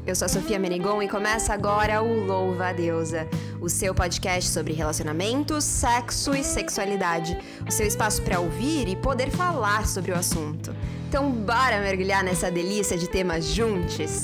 Eu sou a Sofia Menegon e começa agora o Louva a Deusa, o seu podcast sobre relacionamentos, sexo e sexualidade, o seu espaço para ouvir e poder falar sobre o assunto. Então bora mergulhar nessa delícia de temas juntos?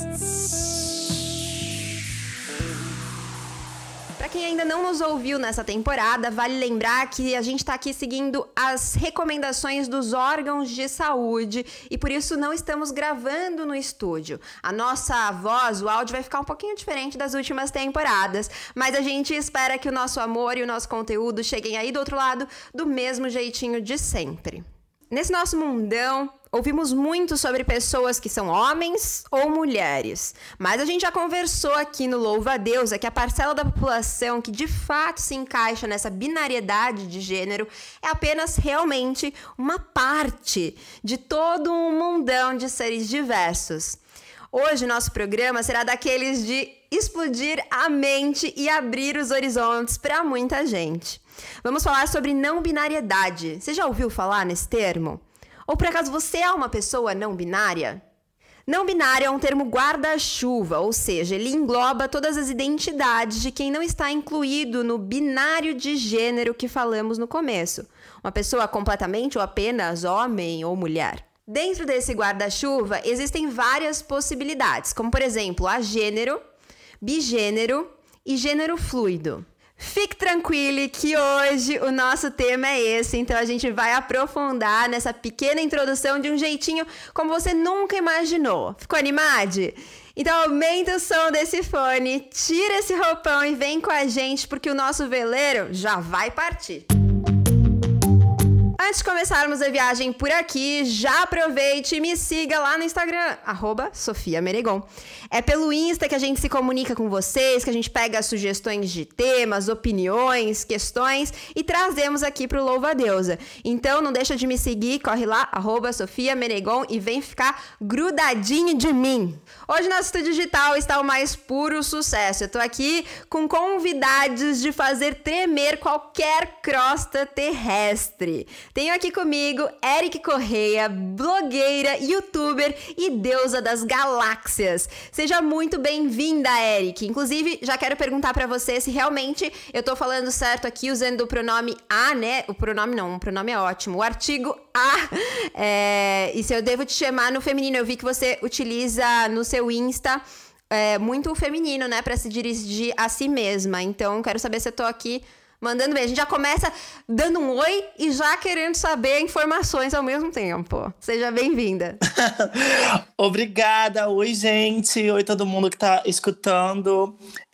Para quem ainda não nos ouviu nessa temporada, vale lembrar que a gente está aqui seguindo as recomendações dos órgãos de saúde e por isso não estamos gravando no estúdio. A nossa voz, o áudio vai ficar um pouquinho diferente das últimas temporadas, mas a gente espera que o nosso amor e o nosso conteúdo cheguem aí do outro lado do mesmo jeitinho de sempre. Nesse nosso mundão, ouvimos muito sobre pessoas que são homens ou mulheres, mas a gente já conversou aqui no Louva a Deusa que a parcela da população que de fato se encaixa nessa binariedade de gênero é apenas realmente uma parte de todo um mundão de seres diversos. Hoje o nosso programa será daqueles de explodir a mente e abrir os horizontes para muita gente. Vamos falar sobre não binariedade. Você já ouviu falar nesse termo? Ou por acaso você é uma pessoa não binária? Não binário é um termo guarda-chuva, ou seja, ele engloba todas as identidades de quem não está incluído no binário de gênero que falamos no começo. Uma pessoa completamente ou apenas homem ou mulher. Dentro desse guarda-chuva existem várias possibilidades, como por exemplo, agênero, bigênero e gênero fluido. Fique tranquilo que hoje o nosso tema é esse, então a gente vai aprofundar nessa pequena introdução de um jeitinho como você nunca imaginou. Ficou animado? Então aumenta o som desse fone, tira esse roupão e vem com a gente porque o nosso veleiro já vai partir. Antes de começarmos a viagem por aqui, já aproveite e me siga lá no Instagram, @SofiaMenegon. É pelo Insta que a gente se comunica com vocês, que a gente pega sugestões de temas, opiniões, questões e trazemos aqui pro Louva a Deusa. Então não deixa de me seguir, corre lá, @SofiaMenegon e vem ficar grudadinho de mim. Hoje nosso estúdio digital está o mais puro sucesso. Eu tô aqui com convidados de fazer tremer qualquer crosta terrestre. Tenho aqui comigo Eric Correia, blogueira, youtuber e deusa das galáxias. Seja muito bem-vinda, Eric. Inclusive, já quero perguntar pra você se realmente eu tô falando certo aqui usando o pronome a, né? O pronome é ótimo. O artigo a. E se eu devo te chamar no feminino. Eu vi que você utiliza no seu Insta muito feminino, né? Pra se dirigir a si mesma. Então, quero saber se eu tô aqui mandando bem. A gente já começa dando um oi e já querendo saber informações ao mesmo tempo. Seja bem-vinda. Obrigada. Oi, gente. Oi, todo mundo que tá escutando.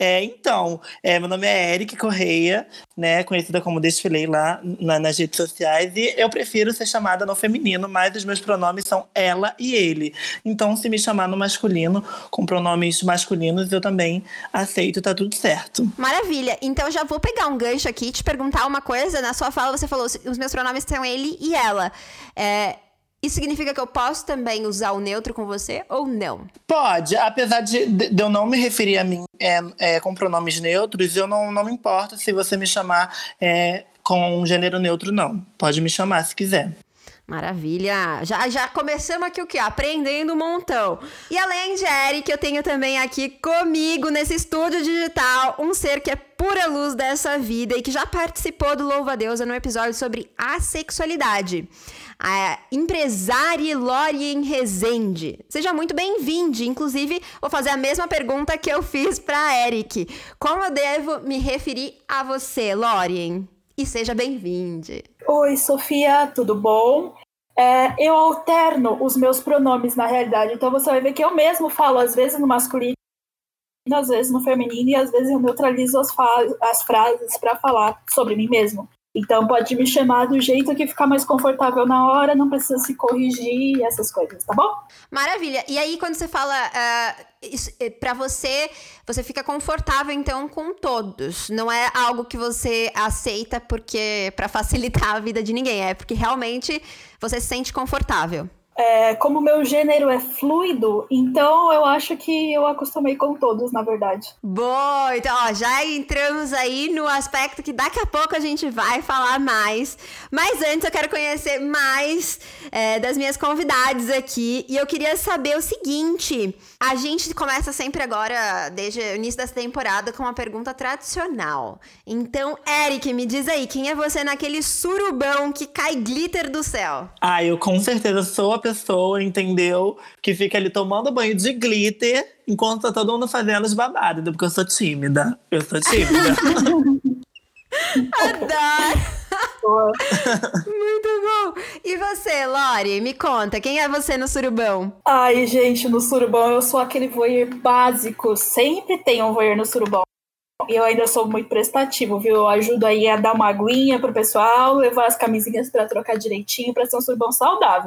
Meu nome é Eric Correia, né? Conhecida como Desfilei lá nas redes sociais. E eu prefiro ser chamada no feminino, mas os meus pronomes são ela e ele. Então, se me chamar no masculino, com pronomes masculinos, eu também aceito, tá tudo certo. Maravilha. Então, já vou pegar um gancho aqui e te perguntar uma coisa. Na sua fala, você falou os meus pronomes são ele e ela. Isso significa que eu posso também usar o neutro com você ou não? Pode, apesar de eu não me referir a mim com pronomes neutros, eu não me importo se você me chamar com um gênero neutro, não. Pode me chamar se quiser. Maravilha! Já começamos aqui o quê? Aprendendo um montão. E além de Eric, eu tenho também aqui comigo, nesse estúdio digital, um ser que é pura luz dessa vida e que já participou do Louva a Deusa no episódio sobre assexualidade. A empresária Lorien Rezende. Seja muito bem-vinda. Inclusive, vou fazer a mesma pergunta que eu fiz para Eric. Como eu devo me referir a você, Lorien? E seja bem-vinda. Oi, Sofia, tudo bom? Eu alterno os meus pronomes na realidade, então você vai ver que eu mesmo falo às vezes no masculino, às vezes no feminino e às vezes eu neutralizo as frases para falar sobre mim mesmo. Então pode me chamar do jeito que ficar mais confortável na hora, não precisa se corrigir, essas coisas, tá bom? Maravilha. E aí quando você fala, pra você fica confortável então com todos. Não é algo que você aceita porque pra facilitar a vida de ninguém, é porque realmente você se sente confortável. Como meu gênero é fluido, então eu acho que eu acostumei com todos, na verdade. Boa, então já entramos aí no aspecto que daqui a pouco a gente vai falar mais. Mas antes eu quero conhecer mais das minhas convidadas aqui. E eu queria saber o seguinte: a gente começa sempre agora, desde o início dessa temporada, com uma pergunta tradicional. Então, Eric, me diz aí, quem é você naquele surubão que cai glitter do céu? Eu com certeza sou a pessoa, entendeu? Que fica ali tomando banho de glitter enquanto tá todo mundo fazendo os babados, porque eu sou tímida. Adoro! Muito bom! E você, Lori, me conta, quem é você no surubão? Ai, gente, no surubão eu sou aquele voyeur básico. Sempre tem um voyeur no surubão. E eu ainda sou muito prestativo, viu? Eu ajudo aí a dar uma aguinha pro pessoal, levar as camisinhas pra trocar direitinho, pra ser um surubão saudável.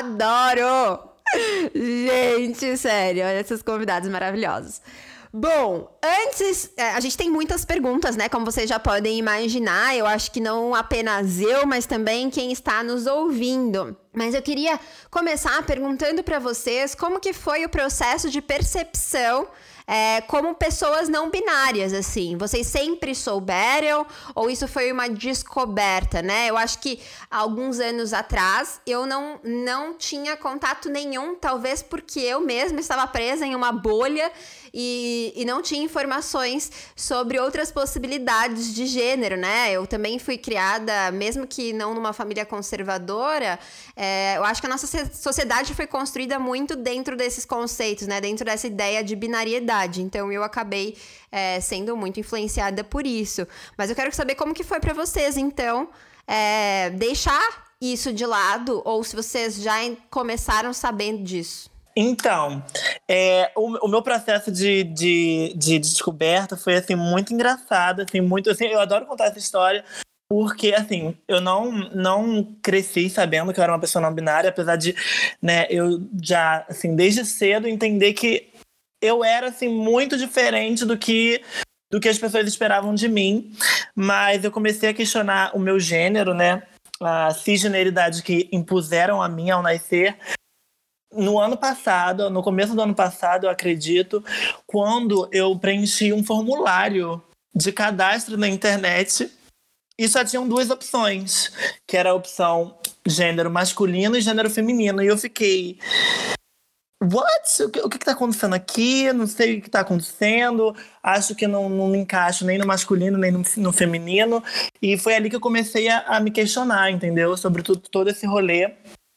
Adoro! Gente, sério, olha esses convidados maravilhosos. Bom, antes, a gente tem muitas perguntas, né? Como vocês já podem imaginar, eu acho que não apenas eu, mas também quem está nos ouvindo. Mas eu queria começar perguntando para vocês como que foi o processo de percepção como pessoas não binárias, assim. Vocês sempre souberam ou isso foi uma descoberta, né? Eu acho que alguns anos atrás eu não tinha contato nenhum, talvez porque eu mesma estava presa em uma bolha e não tinha informações sobre outras possibilidades de gênero, né? Eu também fui criada, mesmo que não numa família conservadora, eu acho que a nossa sociedade foi construída muito dentro desses conceitos, né? Dentro dessa ideia de binariedade. Então, eu acabei sendo muito influenciada por isso. Mas eu quero saber como que foi para vocês, então, deixar isso de lado ou se vocês já começaram sabendo disso. Então, o meu processo de descoberta foi, assim, muito engraçado, assim, muito, assim, eu adoro contar essa história, porque, assim, eu não cresci sabendo que eu era uma pessoa não binária, apesar de, né, eu já, assim, desde cedo entender que eu era, assim, muito diferente do que as pessoas esperavam de mim, mas eu comecei a questionar o meu gênero, né, a cisgeneridade que impuseram a mim ao nascer, no ano passado, no começo do ano passado, eu acredito, quando eu preenchi um formulário de cadastro na internet e só tinham 2 opções, que era a opção gênero masculino e gênero feminino. E eu fiquei... What? O que tá acontecendo aqui? Não sei o que tá acontecendo. Acho que não me encaixo nem no masculino, nem no feminino. E foi ali que eu comecei a me questionar, entendeu? Sobre todo esse rolê.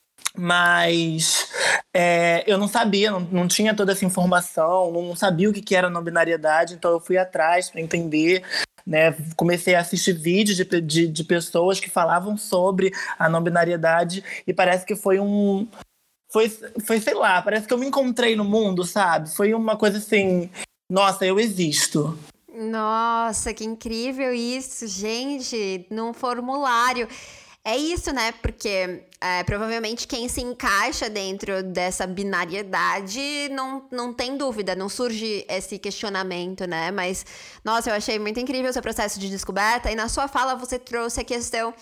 Mas eu não sabia, não tinha toda essa informação, não sabia o que era não binariedade, então eu fui atrás para entender, né? Comecei a assistir vídeos de pessoas que falavam sobre a não binariedade e parece que foi sei lá, parece que eu me encontrei no mundo, sabe? Foi uma coisa assim, nossa, eu existo. Nossa, que incrível isso, gente, num formulário. É isso, né? Porque provavelmente quem se encaixa dentro dessa binariedade não tem dúvida, não surge esse questionamento, né? Mas, nossa, eu achei muito incrível o seu processo de descoberta. E na sua fala você trouxe a questão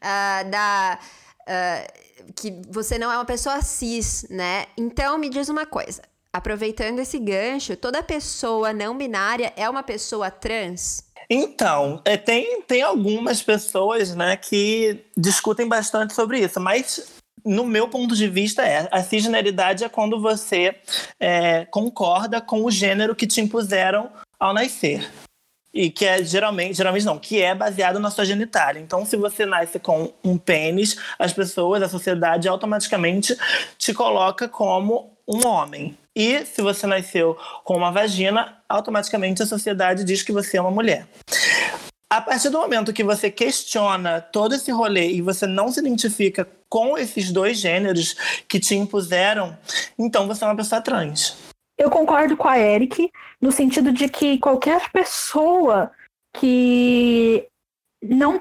que você não é uma pessoa cis, né? Então, me diz uma coisa. Aproveitando esse gancho, toda pessoa não binária é uma pessoa trans? Então, tem algumas pessoas, né, que discutem bastante sobre isso, mas no meu ponto de vista a cisgeneridade é quando você concorda com o gênero que te impuseram ao nascer. E que é geralmente não, que é baseado na sua genitália. Então, se você nasce com um pênis, as pessoas, a sociedade automaticamente te coloca como um homem. E se você nasceu com uma vagina, automaticamente a sociedade diz que você é uma mulher. A partir do momento que você questiona todo esse rolê e você não se identifica com esses 2 gêneros que te impuseram, então você é uma pessoa trans. Eu concordo com a Eric, no sentido de que qualquer pessoa que não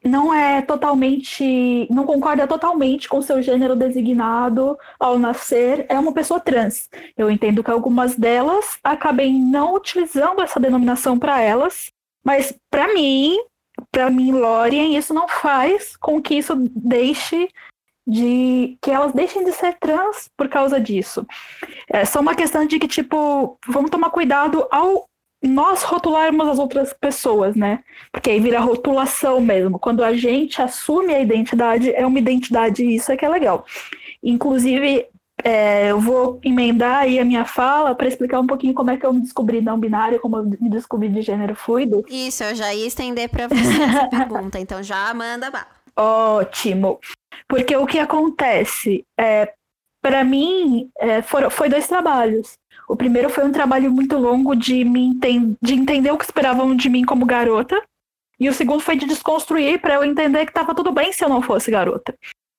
concorda totalmente com seu gênero designado ao nascer é uma pessoa trans. Eu entendo que algumas delas acabem não utilizando essa denominação para elas, mas para mim, Lorien, isso não faz com que isso deixe de que elas deixem de ser trans por causa disso. É só uma questão de que, tipo, vamos tomar cuidado ao nós rotularmos as outras pessoas, né? Porque aí vira rotulação mesmo. Quando a gente assume a identidade, é uma identidade, e isso é que é legal. Inclusive, eu vou emendar aí a minha fala para explicar um pouquinho como é que eu me descobri não binária, como eu me descobri de gênero fluido. Isso, eu já ia estender para você essa pergunta, então já manda bala. Ótimo. Porque o que acontece, para mim, foi 2 trabalhos. O primeiro foi um trabalho muito longo de entender o que esperavam de mim como garota. E o segundo foi de desconstruir para eu entender que estava tudo bem se eu não fosse garota.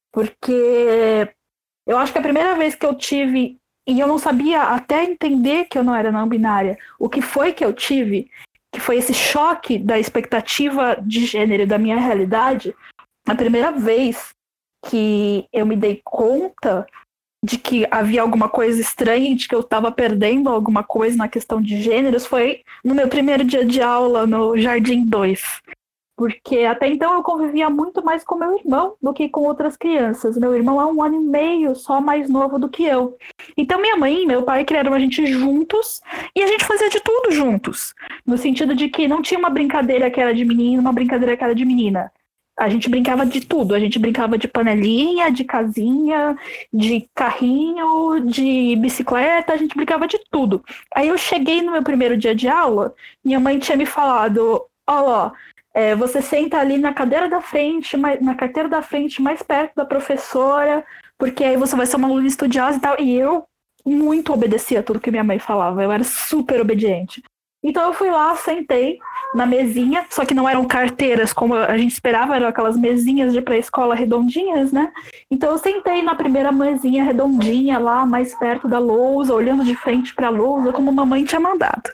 Porque eu acho que a primeira vez que eu tive, e eu não sabia até entender que eu não era não binária, o que foi que eu tive, que foi esse choque da expectativa de gênero da minha realidade, a primeira vez que eu me dei conta de que havia alguma coisa estranha, de que eu estava perdendo alguma coisa na questão de gêneros, foi no meu primeiro dia de aula no Jardim 2. Porque até então eu convivia muito mais com meu irmão do que com outras crianças. Meu irmão é 1 ano e meio só mais novo do que eu. Então minha mãe e meu pai criaram a gente juntos e a gente fazia de tudo juntos. No sentido de que não tinha uma brincadeira que era de menino, uma brincadeira que era de menina. A gente brincava de tudo. A gente brincava de panelinha, de casinha, de carrinho, de bicicleta. A gente brincava de tudo. Aí eu cheguei no meu primeiro dia de aula, minha mãe tinha me falado, ó, você senta ali na cadeira da frente, na carteira da frente, mais perto da professora, porque aí você vai ser uma aluna estudiosa e tal. E eu muito obedecia tudo que minha mãe falava. Eu era super obediente. Então eu fui lá, sentei na mesinha, só que não eram carteiras como a gente esperava, eram aquelas mesinhas de pré-escola redondinhas, né? Então eu sentei na primeira mesinha redondinha lá, mais perto da lousa, olhando de frente para a lousa, como mamãe tinha mandado.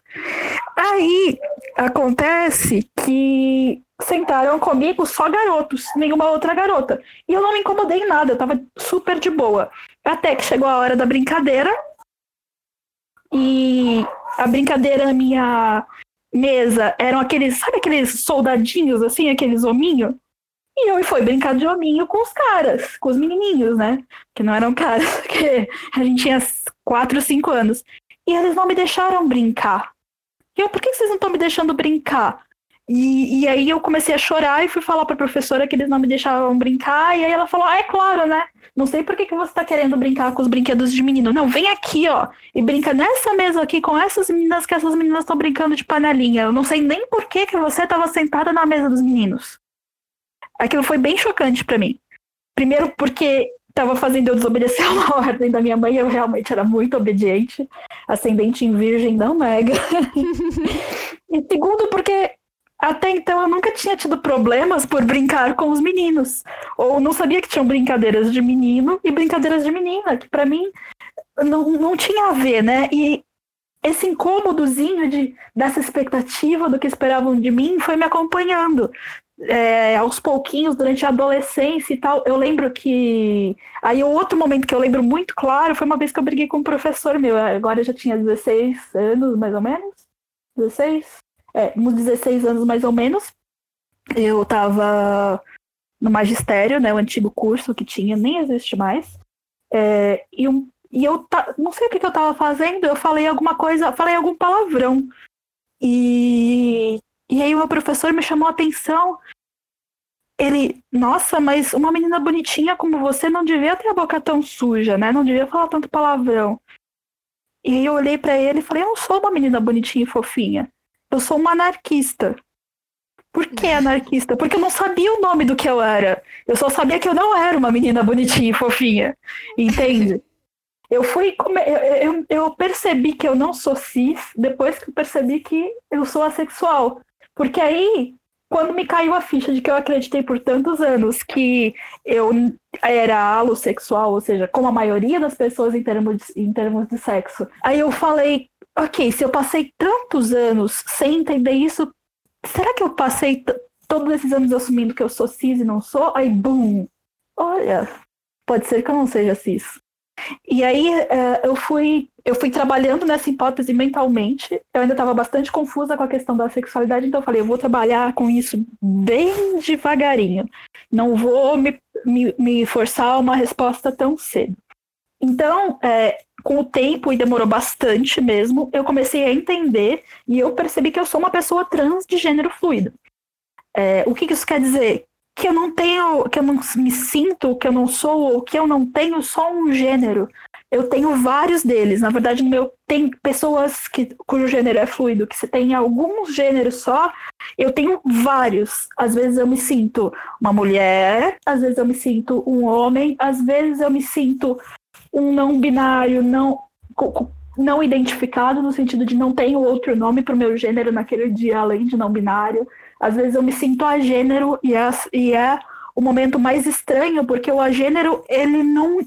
Aí acontece que sentaram comigo só garotos, nenhuma outra garota. E eu não me incomodei em nada, eu tava super de boa. Até que chegou a hora da brincadeira, e a brincadeira na minha mesa eram aqueles soldadinhos, assim, aqueles hominhos. E eu fui brincar de hominho com os caras, com os menininhos, né? Que não eram caras, porque a gente tinha 4, 5 anos. E eles não me deixaram brincar. E eu, por que vocês não estão me deixando brincar? E aí eu comecei a chorar e fui falar pra professora que eles não me deixavam brincar. E aí ela falou, é claro, né? Não sei por que você tá querendo brincar com os brinquedos de menino. Não, vem aqui, ó, e brinca nessa mesa aqui com essas meninas, que essas meninas estão brincando de panelinha. Eu não sei nem por que você tava sentada na mesa dos meninos. Aquilo foi bem chocante pra mim. Primeiro porque tava fazendo eu desobedecer a ordem da minha mãe, eu realmente era muito obediente. Ascendente em virgem, não mega. E segundo porque até então eu nunca tinha tido problemas por brincar com os meninos. Ou não sabia que tinham brincadeiras de menino e brincadeiras de menina, que pra mim não tinha a ver, né? E esse incômodozinho dessa expectativa do que esperavam de mim foi me acompanhando. Aos pouquinhos, durante a adolescência e tal. Eu lembro que... Aí o outro momento que eu lembro muito claro foi uma vez que eu briguei com um professor meu. Agora eu já tinha 16 anos, mais ou menos. 16? Uns 16 anos mais ou menos. Eu tava no magistério, né, o antigo curso que tinha, nem existe mais. E eu não sei o que eu tava fazendo, eu falei alguma coisa, falei algum palavrão. E aí o meu professor me chamou a atenção. Ele, nossa, mas uma menina bonitinha como você não devia ter a boca tão suja, né? Não devia falar tanto palavrão. E aí eu olhei pra ele e falei, eu não sou uma menina bonitinha e fofinha. Eu sou uma anarquista. Por que anarquista? Porque eu não sabia o nome do que eu era. Eu só sabia que eu não era uma menina bonitinha e fofinha. Entende? Eu percebi que eu não sou cis depois que eu percebi que eu sou assexual. Porque aí, quando me caiu a ficha de que eu acreditei por tantos anos que eu era alossexual, ou seja, como a maioria das pessoas em termos de sexo, aí eu falei, ok, se eu passei tantos anos sem entender isso, será que eu passei todos esses anos assumindo que eu sou cis e não sou? Aí, bum! Olha, pode ser que eu não seja cis. E aí eu fui trabalhando nessa hipótese mentalmente. Eu ainda estava bastante confusa com a questão da sexualidade, então eu falei, eu vou trabalhar com isso bem devagarinho. Não vou me forçar a uma resposta tão cedo. Então, com o tempo, e demorou bastante mesmo, eu comecei a entender e eu percebi que eu sou uma pessoa trans de gênero fluido. O que isso quer dizer? Que eu não me sinto, que eu não sou, ou que eu não tenho só um gênero. Eu tenho vários deles. Na verdade, tem pessoas cujo gênero é fluido, que você tem alguns gêneros só, eu tenho vários. Às vezes eu me sinto uma mulher, às vezes eu me sinto um homem, às vezes eu me sinto um não binário, não identificado, no sentido de não tenho outro nome para o meu gênero naquele dia, além de não binário. Às vezes eu me sinto agênero e é o momento mais estranho, porque o agênero, ele não...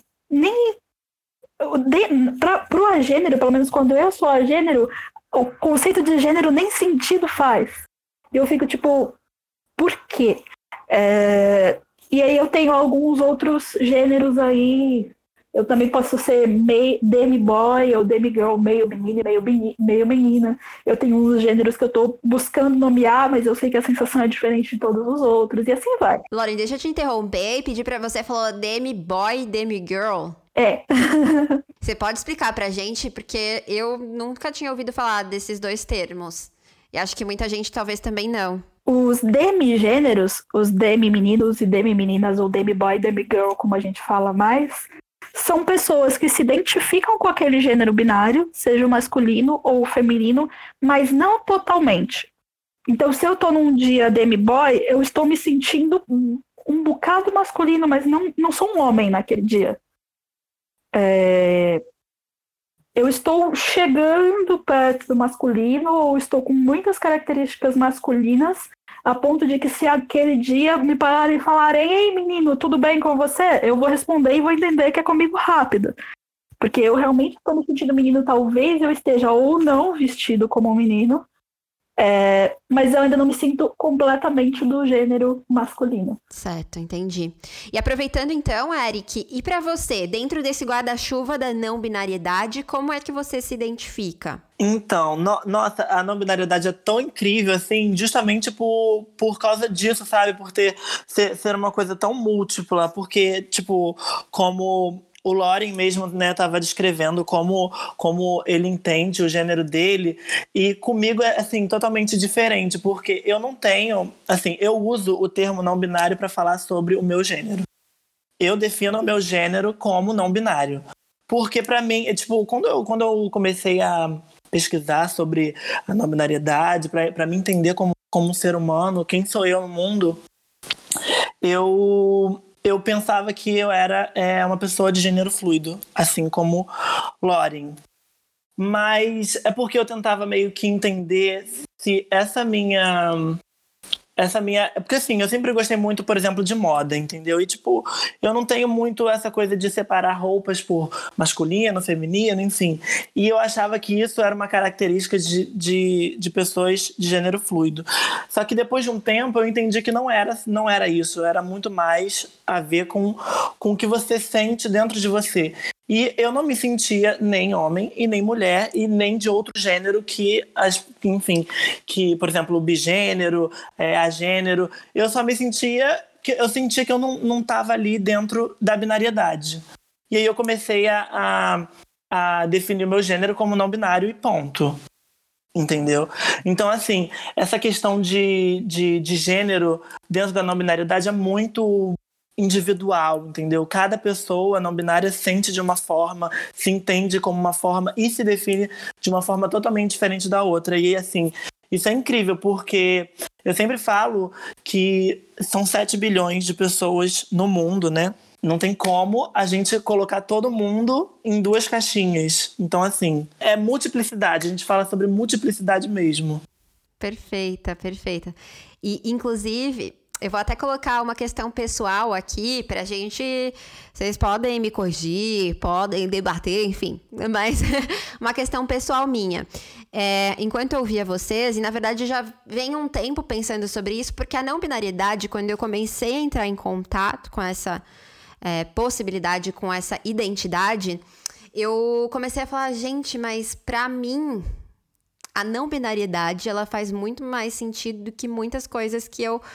Pro agênero, pelo menos quando eu sou agênero, o conceito de gênero nem sentido faz. Eu fico tipo, por quê? E aí eu tenho alguns outros gêneros aí. Eu também posso ser demi-boy ou demi-girl, meio menino e meio menina. Eu tenho uns gêneros que eu tô buscando nomear, mas eu sei que a sensação é diferente de todos os outros, e assim vai. Lauren, deixa eu te interromper e pedir pra você, falou demi-boy, demi-girl? Você pode explicar pra gente, porque eu nunca tinha ouvido falar desses dois termos. E acho que muita gente talvez também não. Os demigêneros, os demi-meninos e demi-meninas, ou demi-boy, demi-girl, como a gente fala mais, são pessoas que se identificam com aquele gênero binário, seja o masculino ou o feminino, mas não totalmente. Então, se eu tô num dia demi-boy, eu estou me sentindo um bocado masculino, mas não sou um homem naquele dia. Eu estou chegando perto do masculino, ou estou com muitas características masculinas, a ponto de que se aquele dia me pararem e falarem, ei menino, tudo bem com você? Eu vou responder e vou entender que é comigo rápido. Porque eu realmente estou me sentindo menino, talvez eu esteja ou não vestido como um menino, mas eu ainda não me sinto completamente do gênero masculino. Certo, entendi. E aproveitando então, Eric, e pra você, dentro desse guarda-chuva da não binariedade, como é que você se identifica? Então, nossa, a não binariedade é tão incrível, assim, justamente por causa disso, sabe? Por ser uma coisa tão múltipla, porque, tipo, como o Lauren mesmo, né, tava descrevendo como ele entende o gênero dele, e comigo é, assim, totalmente diferente, porque eu não tenho, assim, eu uso o termo não binário para falar sobre o meu gênero. Eu defino o meu gênero como não binário. Porque para mim, tipo, quando eu comecei a pesquisar sobre a não binariedade, para me entender como um ser humano, quem sou eu no mundo, eu pensava que eu era uma pessoa de gênero fluido, assim como Lauren. Mas é porque eu tentava meio que entender se essa minha... Porque assim, eu sempre gostei muito, por exemplo, de moda, entendeu? E tipo, eu não tenho muito essa coisa de separar roupas por masculino, feminino, enfim. E eu achava que isso era uma característica de pessoas de gênero fluido. Só que depois de um tempo eu entendi que não era isso. Era muito mais a ver com o que você sente dentro de você. E eu não me sentia nem homem e nem mulher e nem de outro gênero enfim, por exemplo, o bigênero, agênero. Eu só me sentia eu sentia que eu não estava ali dentro da binariedade. E aí eu comecei a definir o meu gênero como não binário e ponto. Entendeu? Então, assim, essa questão de gênero dentro da não binariedade é muito individual, entendeu? Cada pessoa não binária sente de uma forma, se entende como uma forma e se define de uma forma totalmente diferente da outra. E, assim, isso é incrível, porque eu sempre falo que são 7 bilhões de pessoas no mundo, né? Não tem como a gente colocar todo mundo em 2 caixinhas. Então, assim, é multiplicidade. A gente fala sobre multiplicidade mesmo. Perfeita, perfeita. E, inclusive, eu vou até colocar uma questão pessoal aqui pra gente... Vocês podem me corrigir, podem debater, enfim. Mas uma questão pessoal minha. Enquanto eu ouvia vocês, e na verdade já vem um tempo pensando sobre isso, porque a não binariedade, quando eu comecei a entrar em contato com essa possibilidade, com essa identidade, eu comecei a falar, gente, mas pra mim... A não binariedade, ela faz muito mais sentido do que muitas coisas que eu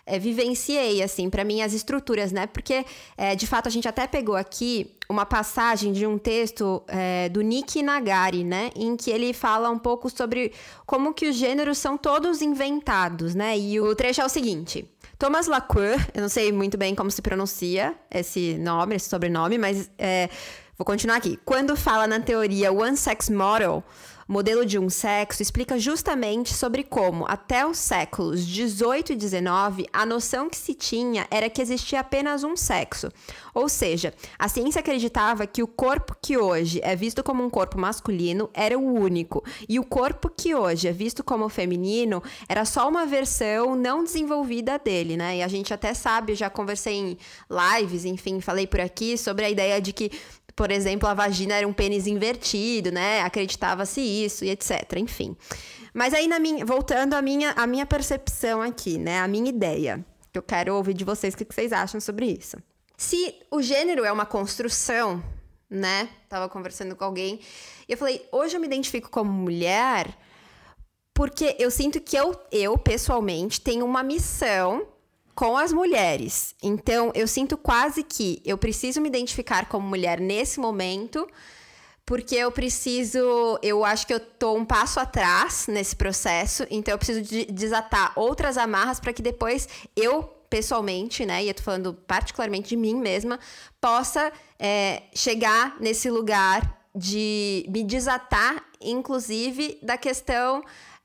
vivenciei, assim, pra mim, as estruturas, né? Porque, de fato, a gente até pegou aqui uma passagem de um texto do Nick Nagari, né? Em que ele fala um pouco sobre como que os gêneros são todos inventados, né? E o trecho é o seguinte: Thomas Laqueur, eu não sei muito bem como se pronuncia esse nome, esse sobrenome, mas vou continuar aqui. Quando fala na teoria One Sex Model, modelo de um sexo, explica justamente sobre como, até os séculos 18 e 19, a noção que se tinha era que existia apenas um sexo. Ou seja, a ciência acreditava que o corpo que hoje é visto como um corpo masculino era o único, e o corpo que hoje é visto como feminino era só uma versão não desenvolvida dele, né? E a gente até sabe, já conversei em lives, enfim, falei por aqui sobre a ideia de que, por exemplo, a vagina era um pênis invertido, né? Acreditava-se isso e etc. Enfim. Mas aí, voltando à minha percepção aqui, né? A minha ideia. Eu quero ouvir de vocês o que vocês acham sobre isso. Se o gênero é uma construção, né? Tava conversando com alguém e eu falei, hoje eu me identifico como mulher porque eu sinto que eu pessoalmente, tenho uma missão com as mulheres. Então, eu sinto quase que eu preciso me identificar como mulher nesse momento, porque eu acho que eu tô um passo atrás nesse processo, então eu preciso desatar outras amarras para que depois eu, pessoalmente, né, e eu tô falando particularmente de mim mesma, possa chegar nesse lugar de me desatar, inclusive, da questão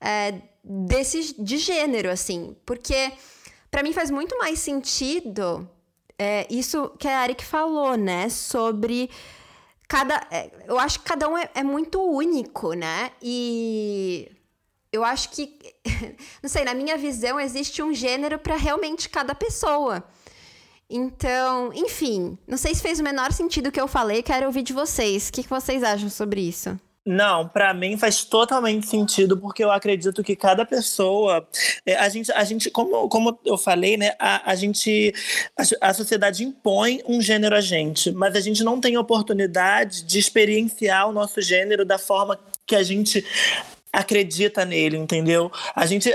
de gênero, assim, porque pra mim faz muito mais sentido isso que a Eric falou, né? Sobre eu acho que cada um é muito único, né? E eu acho que, não sei, na minha visão existe um gênero pra realmente cada pessoa. Então, enfim, não sei se fez o menor sentido o que eu falei, quero ouvir de vocês. O que vocês acham sobre isso? Não, pra mim faz totalmente sentido, porque eu acredito que cada pessoa, a gente como eu falei, né, a sociedade impõe um gênero a gente, mas a gente não tem oportunidade de experienciar o nosso gênero da forma que a gente acredita nele, entendeu? A gente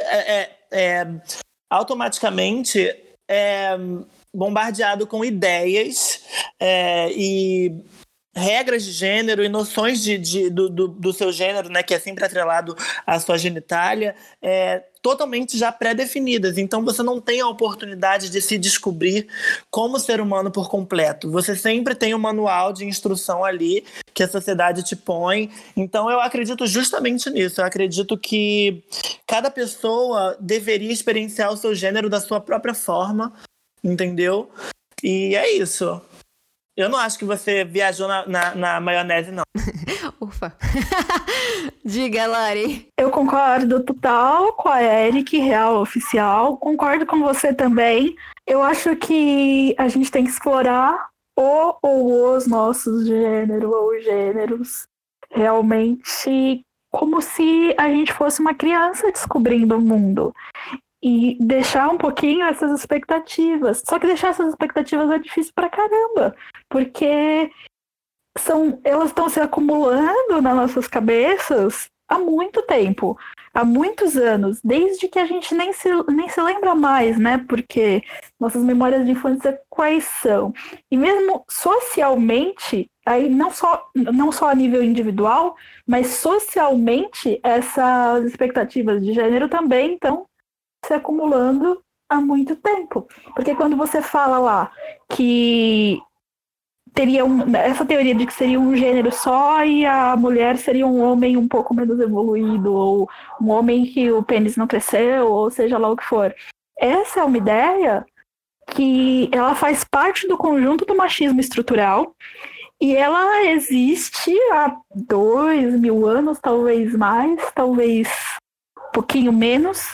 automaticamente bombardeado com ideias e regras de gênero e noções do seu gênero, né, que é sempre atrelado à sua genitália, totalmente já pré-definidas. Então você não tem a oportunidade de se descobrir como ser humano por completo. Você sempre tem um manual de instrução ali que a sociedade te põe. Então eu acredito justamente nisso. Eu acredito que cada pessoa deveria experienciar o seu gênero da sua própria forma, entendeu? E é isso. Eu não acho que você viajou na maionese, não. Ufa. Diga, Lari. Eu concordo total com a Eric, real oficial. Concordo com você também. Eu acho que a gente tem que explorar o ou os nossos gêneros ou gêneros realmente como se a gente fosse uma criança descobrindo o mundo. E deixar um pouquinho essas expectativas. Só que deixar essas expectativas é difícil pra caramba. Porque elas estão se acumulando nas nossas cabeças há muito tempo. Há muitos anos. Desde que a gente nem se lembra mais, né? Porque nossas memórias de infância quais são? E mesmo socialmente, aí não só a nível individual, mas socialmente, essas expectativas de gênero também estão se acumulando há muito tempo. Porque quando você fala lá que teria essa teoria de que seria um gênero só e a mulher seria um homem um pouco menos evoluído, ou um homem que o pênis não cresceu, ou seja lá o que for. Essa é uma ideia que ela faz parte do conjunto do machismo estrutural e ela existe há 2000 anos, talvez mais, talvez um pouquinho menos.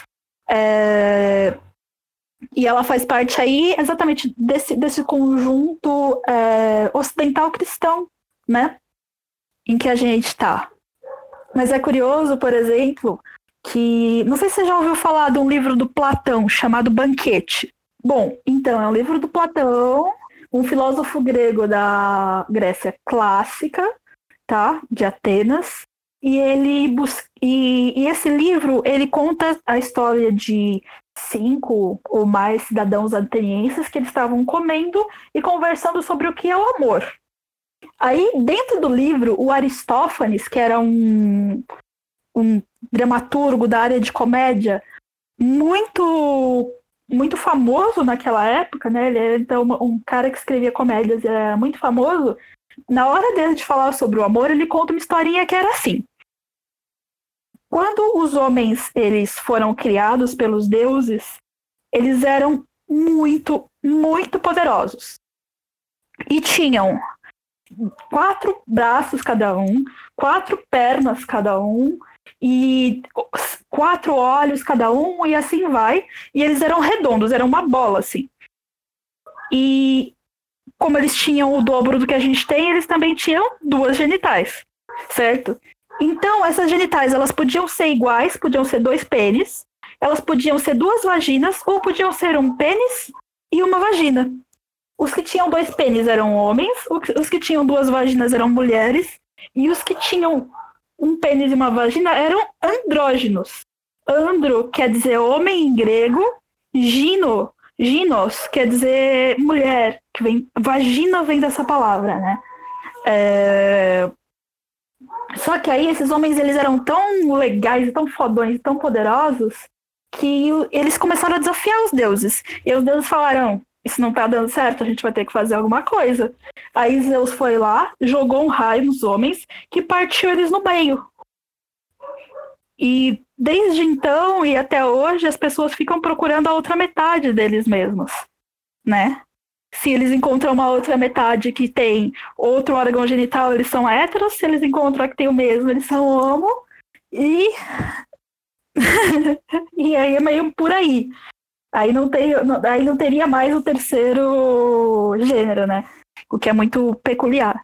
E ela faz parte aí exatamente desse conjunto ocidental cristão, né? Em que a gente está. Mas é curioso, por exemplo, que... Não sei se você já ouviu falar de um livro do Platão chamado Banquete. Bom, então, é um livro do Platão, um filósofo grego da Grécia clássica, tá? De Atenas. E esse livro, ele conta a história de 5 ou mais cidadãos atenienses que eles estavam comendo e conversando sobre o que é o amor. Aí, dentro do livro, o Aristófanes, que era um dramaturgo da área de comédia muito, muito famoso naquela época, né? Ele era então um cara que escrevia comédias, era muito famoso. Na hora dele de falar sobre o amor, ele conta uma historinha que era assim. Quando os homens eles foram criados pelos deuses, eles eram muito, muito poderosos. E tinham 4 braços cada um, 4 pernas cada um, e 4 olhos cada um, e assim vai. E eles eram redondos, eram uma bola, assim. E como eles tinham o dobro do que a gente tem, eles também tinham 2 genitais, certo? Então, essas genitais, elas podiam ser iguais, podiam ser 2 pênis, elas podiam ser 2 vaginas, ou podiam ser um pênis e uma vagina. Os que tinham 2 pênis eram homens, os que tinham 2 vaginas eram mulheres, e os que tinham um pênis e uma vagina eram andrógenos. Andro quer dizer homem em grego, ginos quer dizer mulher, vagina vem dessa palavra, né? Só que aí esses homens eles eram tão legais, tão fodões, tão poderosos, que eles começaram a desafiar os deuses. E os deuses falaram, isso não tá dando certo, a gente vai ter que fazer alguma coisa. Aí Zeus foi lá, jogou um raio nos homens, que partiu eles no meio. E desde então e até hoje, as pessoas ficam procurando a outra metade deles mesmos, né? Se eles encontram uma outra metade que tem outro órgão genital, eles são héteros. Se eles encontram a que tem o mesmo, eles são homo. E e aí é meio por aí. Aí não teria mais o terceiro gênero, né? O que é muito peculiar.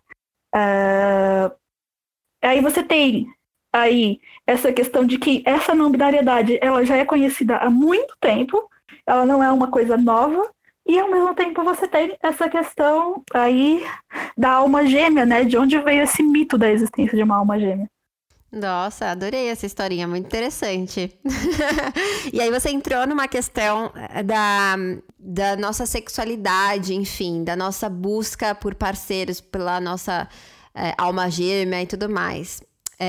Aí você tem aí essa questão de que essa não binariedade ela já é conhecida há muito tempo. Ela não é uma coisa nova. E ao mesmo tempo você tem essa questão aí da alma gêmea, né? De onde veio esse mito da existência de uma alma gêmea. Nossa, adorei essa historinha, muito interessante. E aí você entrou numa questão da nossa sexualidade, enfim, da nossa busca por parceiros, pela nossa alma gêmea e tudo mais.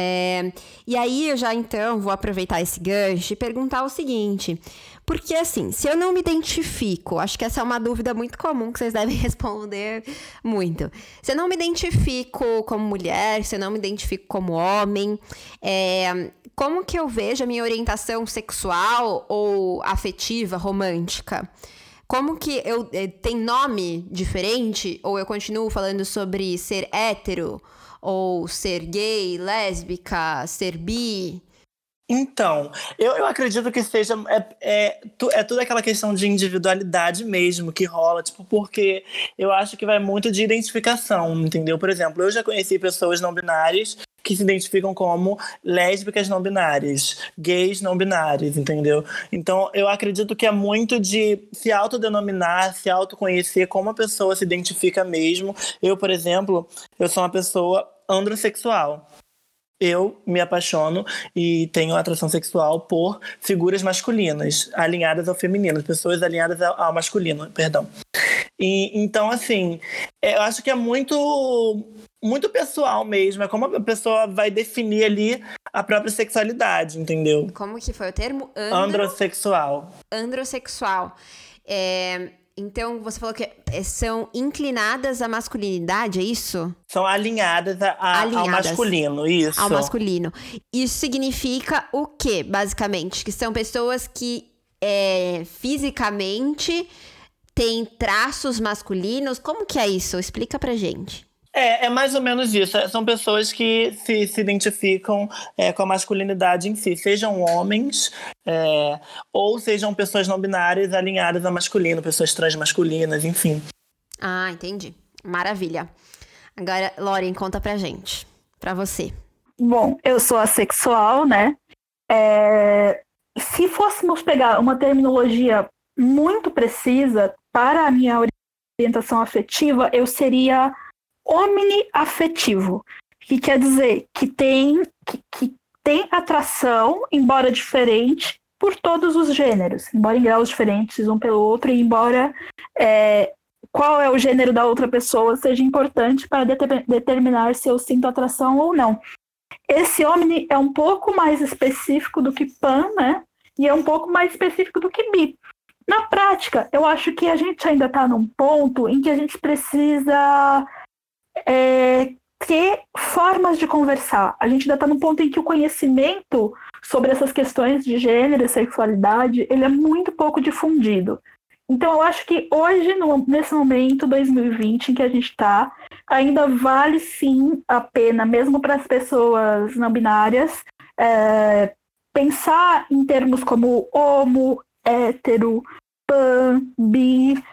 E aí eu já então vou aproveitar esse gancho e perguntar o seguinte, porque assim, se eu não me identifico, acho que essa é uma dúvida muito comum que vocês devem responder muito. Se eu não me identifico como mulher, se eu não me identifico como homem, como que eu vejo a minha orientação sexual ou afetiva, romântica? Como que tem nome diferente? Ou eu continuo falando sobre ser hétero? Ou ser gay, lésbica, ser bi? Então, eu acredito que seja tudo aquela questão de individualidade mesmo que rola, tipo, porque eu acho que vai muito de identificação, entendeu? Por exemplo, eu já conheci pessoas não binárias que se identificam como lésbicas não binárias, gays não binários, entendeu? Então, eu acredito que é muito de se autodenominar, se autoconhecer como a pessoa se identifica mesmo. Eu, por exemplo, eu sou uma pessoa androssexual. Eu me apaixono e tenho atração sexual por figuras masculinas, alinhadas ao feminino, pessoas alinhadas ao masculino, perdão. E, então, assim, eu acho que é muito, muito pessoal mesmo, é como a pessoa vai definir ali a própria sexualidade, entendeu? Como que foi o termo? Androssexual. Androssexual. Então, você falou que são inclinadas à masculinidade, é isso? São alinhadas ao masculino, isso. Ao masculino. Isso significa o quê, basicamente? Que são pessoas que fisicamente têm traços masculinos. Como que é isso? Explica pra gente. É mais ou menos isso. São pessoas que se identificam com a masculinidade em si. Sejam homens ou sejam pessoas não binárias alinhadas a masculino, pessoas transmasculinas, enfim. Ah, entendi. Maravilha. Agora, Lauren, conta pra gente. Pra você. Bom, eu sou assexual, né? Se fôssemos pegar uma terminologia muito precisa para a minha orientação afetiva, eu seria omniafetivo, que quer dizer que tem atração, embora diferente, por todos os gêneros, embora em graus diferentes um pelo outro, e embora qual é o gênero da outra pessoa seja importante para determinar se eu sinto atração ou não. Esse omni é um pouco mais específico do que pan, né? E é um pouco mais específico do que bi. Na prática, eu acho que a gente ainda está num ponto em que a gente precisa ter formas de conversar. A gente ainda está num ponto em que o conhecimento sobre essas questões de gênero e sexualidade, ele é muito pouco difundido. Então, eu acho que hoje, nesse momento, 2020, em que a gente está, ainda vale sim a pena, mesmo para as pessoas não binárias, pensar em termos como homo, hétero, pan, bi,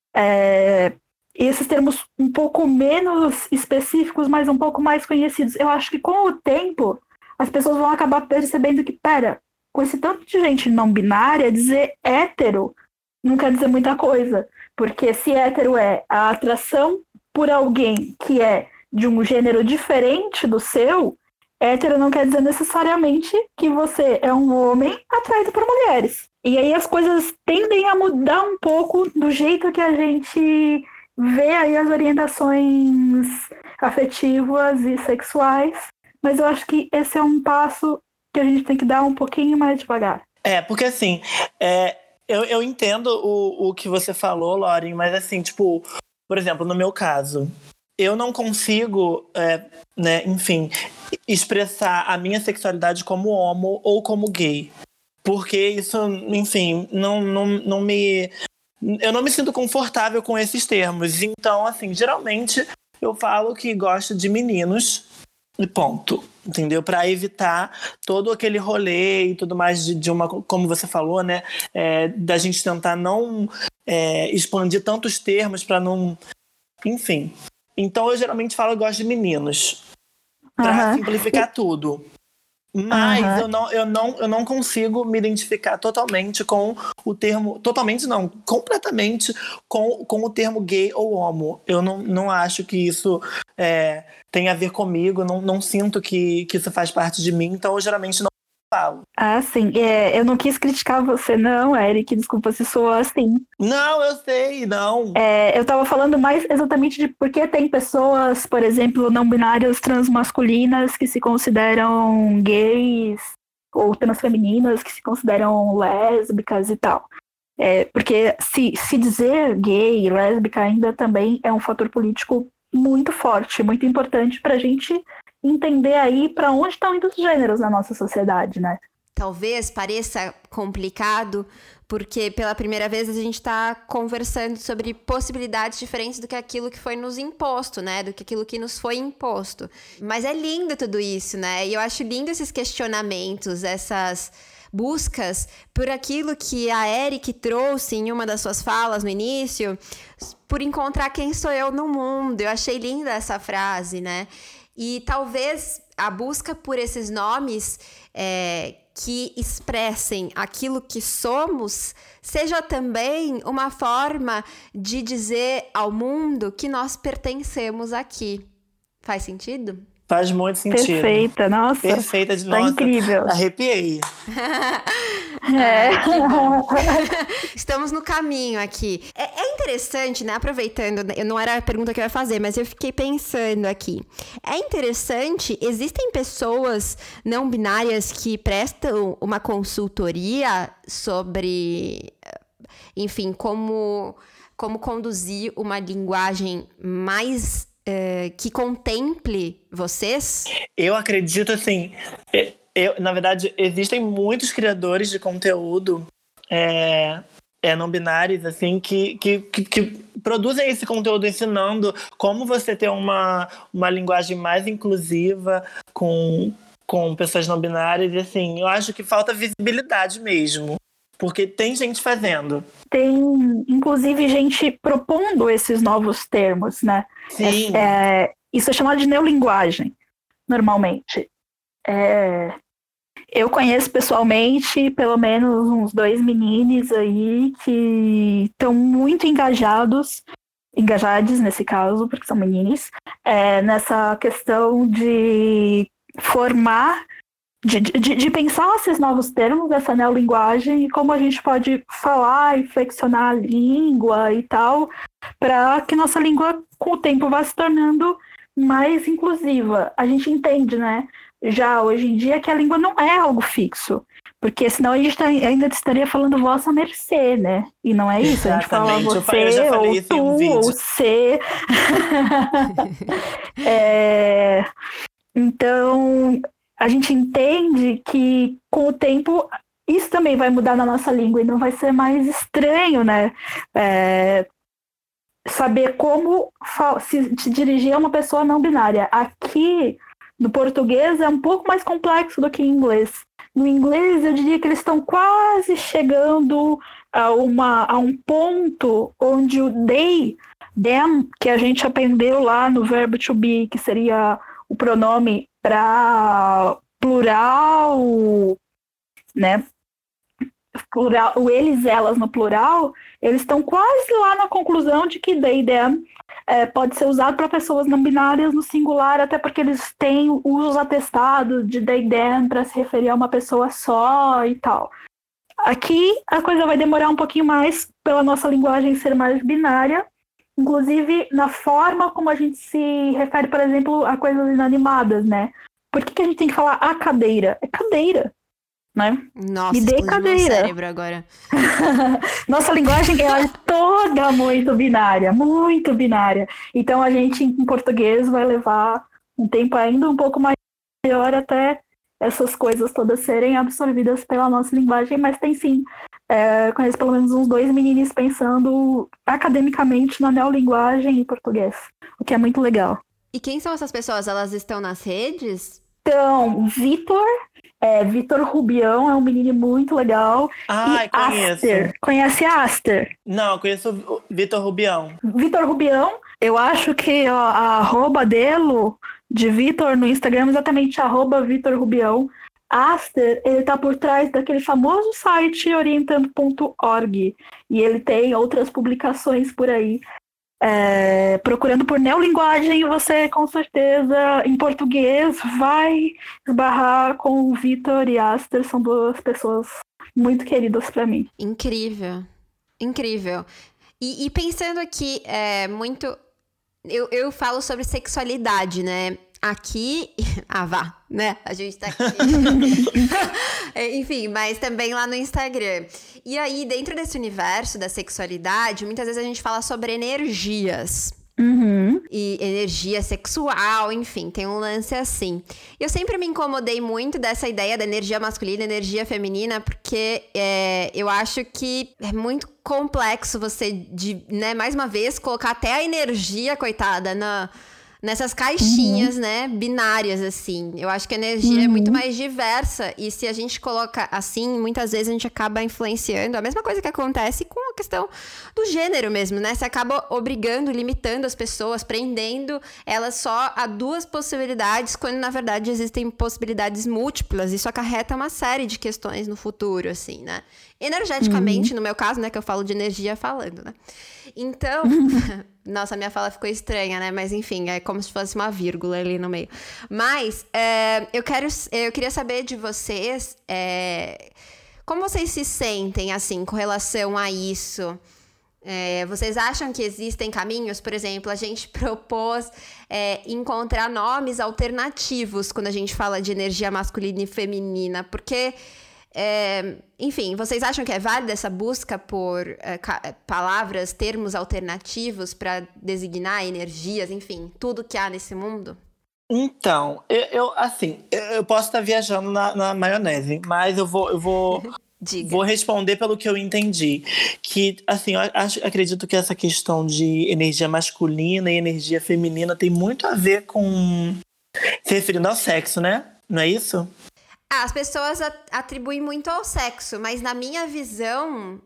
esses termos um pouco menos específicos, mas um pouco mais conhecidos. Eu acho que com o tempo, as pessoas vão acabar percebendo que, com esse tanto de gente não binária, dizer hétero não quer dizer muita coisa. Porque se hétero é a atração por alguém que é de um gênero diferente do seu, hétero não quer dizer necessariamente que você é um homem atraído por mulheres. E aí as coisas tendem a mudar um pouco do jeito que a gente vê aí as orientações afetivas e sexuais. Mas eu acho que esse é um passo que a gente tem que dar um pouquinho mais devagar. Porque assim, eu entendo o que você falou, Lauren, mas assim, tipo, por exemplo, no meu caso, eu não consigo, expressar a minha sexualidade como homo ou como gay. Porque isso, enfim, não me... Eu não me sinto confortável com esses termos. Então, assim, geralmente eu falo que gosto de meninos e ponto, entendeu? Para evitar todo aquele rolê e tudo mais de uma, como você falou, né? Da gente tentar não expandir tantos termos para não... Enfim. Então, eu geralmente falo que gosto de meninos. Para simplificar tudo. Mas eu não consigo me identificar totalmente com o termo... Totalmente não, completamente com o termo gay ou homo. Eu não acho que isso tem a ver comigo, não sinto que isso faz parte de mim, então eu geralmente não falo. Sim. Eu não quis criticar você, não, Eric. Desculpa se soou assim. Não, eu sei, não. Eu tava falando mais exatamente de porque tem pessoas, por exemplo, não binárias transmasculinas que se consideram gays ou transfemininas que se consideram lésbicas e tal. Porque se dizer gay, lésbica ainda também é um fator político muito forte, muito importante pra gente entender aí para onde estão indo os gêneros na nossa sociedade, né? Talvez pareça complicado, porque pela primeira vez a gente está conversando sobre possibilidades diferentes do que aquilo que foi nos imposto, né? Do que aquilo que nos foi imposto. Mas é lindo tudo isso, né? E eu acho lindo esses questionamentos, essas buscas por aquilo que a Eric trouxe em uma das suas falas no início, por encontrar quem sou eu no mundo. Eu achei linda essa frase, né? E talvez a busca por esses nomes que expressem aquilo que somos seja também uma forma de dizer ao mundo que nós pertencemos aqui. Faz sentido? Faz muito sentido. Perfeita, nossa. Perfeita de tá nossa. Incrível. Arrepiei. Estamos no caminho aqui. É interessante, né? Aproveitando, não era a pergunta que eu ia fazer, mas eu fiquei pensando aqui. É interessante, existem pessoas não binárias que prestam uma consultoria sobre, enfim, como conduzir uma linguagem mais que contemple vocês? Eu acredito, assim... na verdade, existem muitos criadores de conteúdo não binários, assim, que produzem esse conteúdo ensinando como você ter uma linguagem mais inclusiva com pessoas não binárias. E, assim, eu acho que falta visibilidade mesmo, porque tem gente fazendo. Tem, inclusive, gente propondo esses novos termos, né? Sim. Isso é chamado de neolinguagem, normalmente. Eu conheço pessoalmente pelo menos uns 2 meninos aí que estão muito engajados nesse caso, porque são meninos, nessa questão de formar de pensar esses novos termos dessa neolinguagem e como a gente pode falar e flexionar a língua e tal, para que nossa língua, com o tempo, vá se tornando mais inclusiva. A gente entende, né, já hoje em dia, que a língua não é algo fixo, porque senão a gente ainda estaria falando vossa mercê, né? E não é isso, a gente fala você, ou tu, ou você. Então, a gente entende que, com o tempo, isso também vai mudar na nossa língua e não vai ser mais estranho, né? Saber como se dirigir a uma pessoa não binária. Aqui, no português, é um pouco mais complexo do que em inglês. No inglês, eu diria que eles estão quase chegando a um ponto onde o they, them, que a gente aprendeu lá no verbo to be, que seria o pronome para plural, né? Plural, o eles, elas no plural, eles estão quase lá na conclusão de que they, them pode ser usado para pessoas não binárias no singular, até porque eles têm usos atestados de they, them para se referir a uma pessoa só e tal. Aqui a coisa vai demorar um pouquinho mais pela nossa linguagem ser mais binária, inclusive na forma como a gente se refere, por exemplo, a coisas inanimadas, né? Por que a gente tem que falar a cadeira? É cadeira, né? Nossa, me dê cadeira. Meu cérebro agora. Nossa linguagem é toda muito binária, muito binária. Então a gente, em português, vai levar um tempo ainda um pouco maior até essas coisas todas serem absorvidas pela nossa linguagem, mas tem sim, conheço pelo menos uns 2 meninos pensando academicamente na neolinguagem em português, o que é muito legal. E quem são essas pessoas? Elas estão nas redes? Então, Vitor Rubião é um menino muito legal. Ah, conheço. Aster. Conhece a Aster? Não, conheço o Vitor Rubião. Vitor Rubião, eu acho que a arroba dele, de Vitor no Instagram, é exatamente @Vitor Rubião. Aster, ele tá por trás daquele famoso site orientando.org. E ele tem outras publicações por aí. Procurando por neolinguagem, você com certeza em português vai esbarrar com o Vitor e Aster. São 2 pessoas muito queridas para mim. Incrível, incrível. E pensando aqui, eu falo sobre sexualidade, né? Aqui, né? A gente tá aqui. Enfim, mas também lá no Instagram. E aí, dentro desse universo da sexualidade, muitas vezes a gente fala sobre energias. Uhum. E energia sexual, enfim, tem um lance assim. Eu sempre me incomodei muito dessa ideia da energia masculina e energia feminina, porque eu acho que é muito complexo você, né, mais uma vez, colocar até a energia, coitada, nessas caixinhas, né, binárias, assim. Eu acho que a energia é muito mais diversa. E se a gente coloca assim, muitas vezes a gente acaba influenciando. A mesma coisa que acontece com a questão do gênero mesmo, né? Você acaba obrigando, limitando as pessoas, prendendo elas só a 2 possibilidades, quando, na verdade, existem possibilidades múltiplas. Isso acarreta uma série de questões no futuro, assim, né? Energeticamente, no meu caso, né, que eu falo de energia falando, né? Então... Nossa, minha fala ficou estranha, né? Mas enfim, é como se fosse uma vírgula ali no meio. Mas eu queria saber de vocês como vocês se sentem, assim, com relação a isso. Vocês acham que existem caminhos? Por exemplo, a gente propôs encontrar nomes alternativos quando a gente fala de energia masculina e feminina, porque... enfim, vocês acham que é válida essa busca por palavras, termos alternativos para designar energias, enfim, tudo que há nesse mundo? Então, eu posso estar viajando na maionese, mas eu vou responder pelo que eu entendi. Que, assim, acredito que essa questão de energia masculina e energia feminina tem muito a ver com se referindo ao sexo, né? Não é isso? As pessoas atribuem muito ao sexo, mas na minha visão,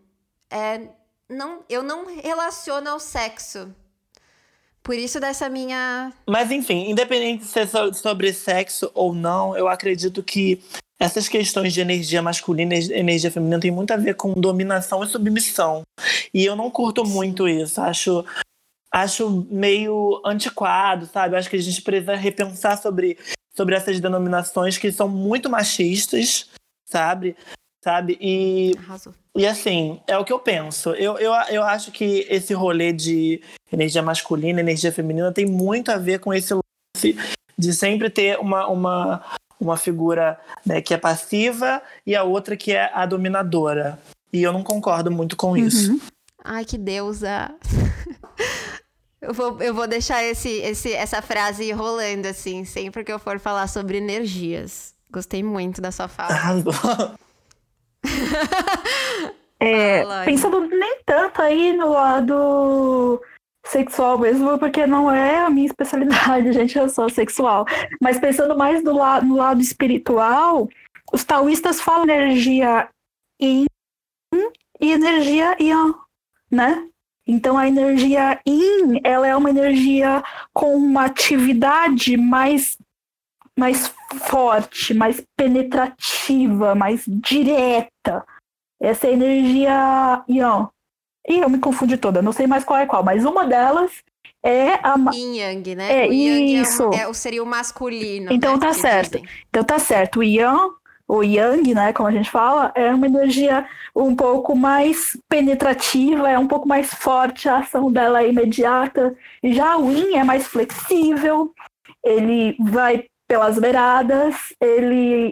eu não relaciono ao sexo. Por isso dessa minha... Mas enfim, independente de ser sobre sexo ou não, eu acredito que essas questões de energia masculina e energia feminina tem muito a ver com dominação e submissão. E eu não curto muito isso, acho meio antiquado, sabe? Acho que a gente precisa repensar sobre sobre essas denominações que são muito machistas, sabe? E assim, é o que eu penso. Eu acho que esse rolê de energia masculina, energia feminina tem muito a ver com esse lance de sempre ter uma figura, né, que é passiva e a outra que é a dominadora. E eu não concordo muito com isso. Ai, que deusa! Eu vou deixar essa frase rolando, assim, sempre que eu for falar sobre energias. Gostei muito da sua fala. Pensando nem tanto aí no lado sexual mesmo, porque não é a minha especialidade, gente, eu sou sexual. Mas pensando mais no lado espiritual, os taoístas falam energia yin e energia yang, né? Então a energia yin, ela é uma energia com uma atividade mais forte, mais penetrativa, mais direta. Essa é a energia yang. E eu me confundi toda, não sei mais qual é qual, mas uma delas é a... Yin Yang, né? O Yang seria o masculino. Então, né, tá certo. Dizem. Então tá certo. O Yang, o Yang, né, como a gente fala, é uma energia um pouco mais penetrativa, é um pouco mais forte, a ação dela é imediata. Já o Yin é mais flexível, ele vai pelas beiradas, ele...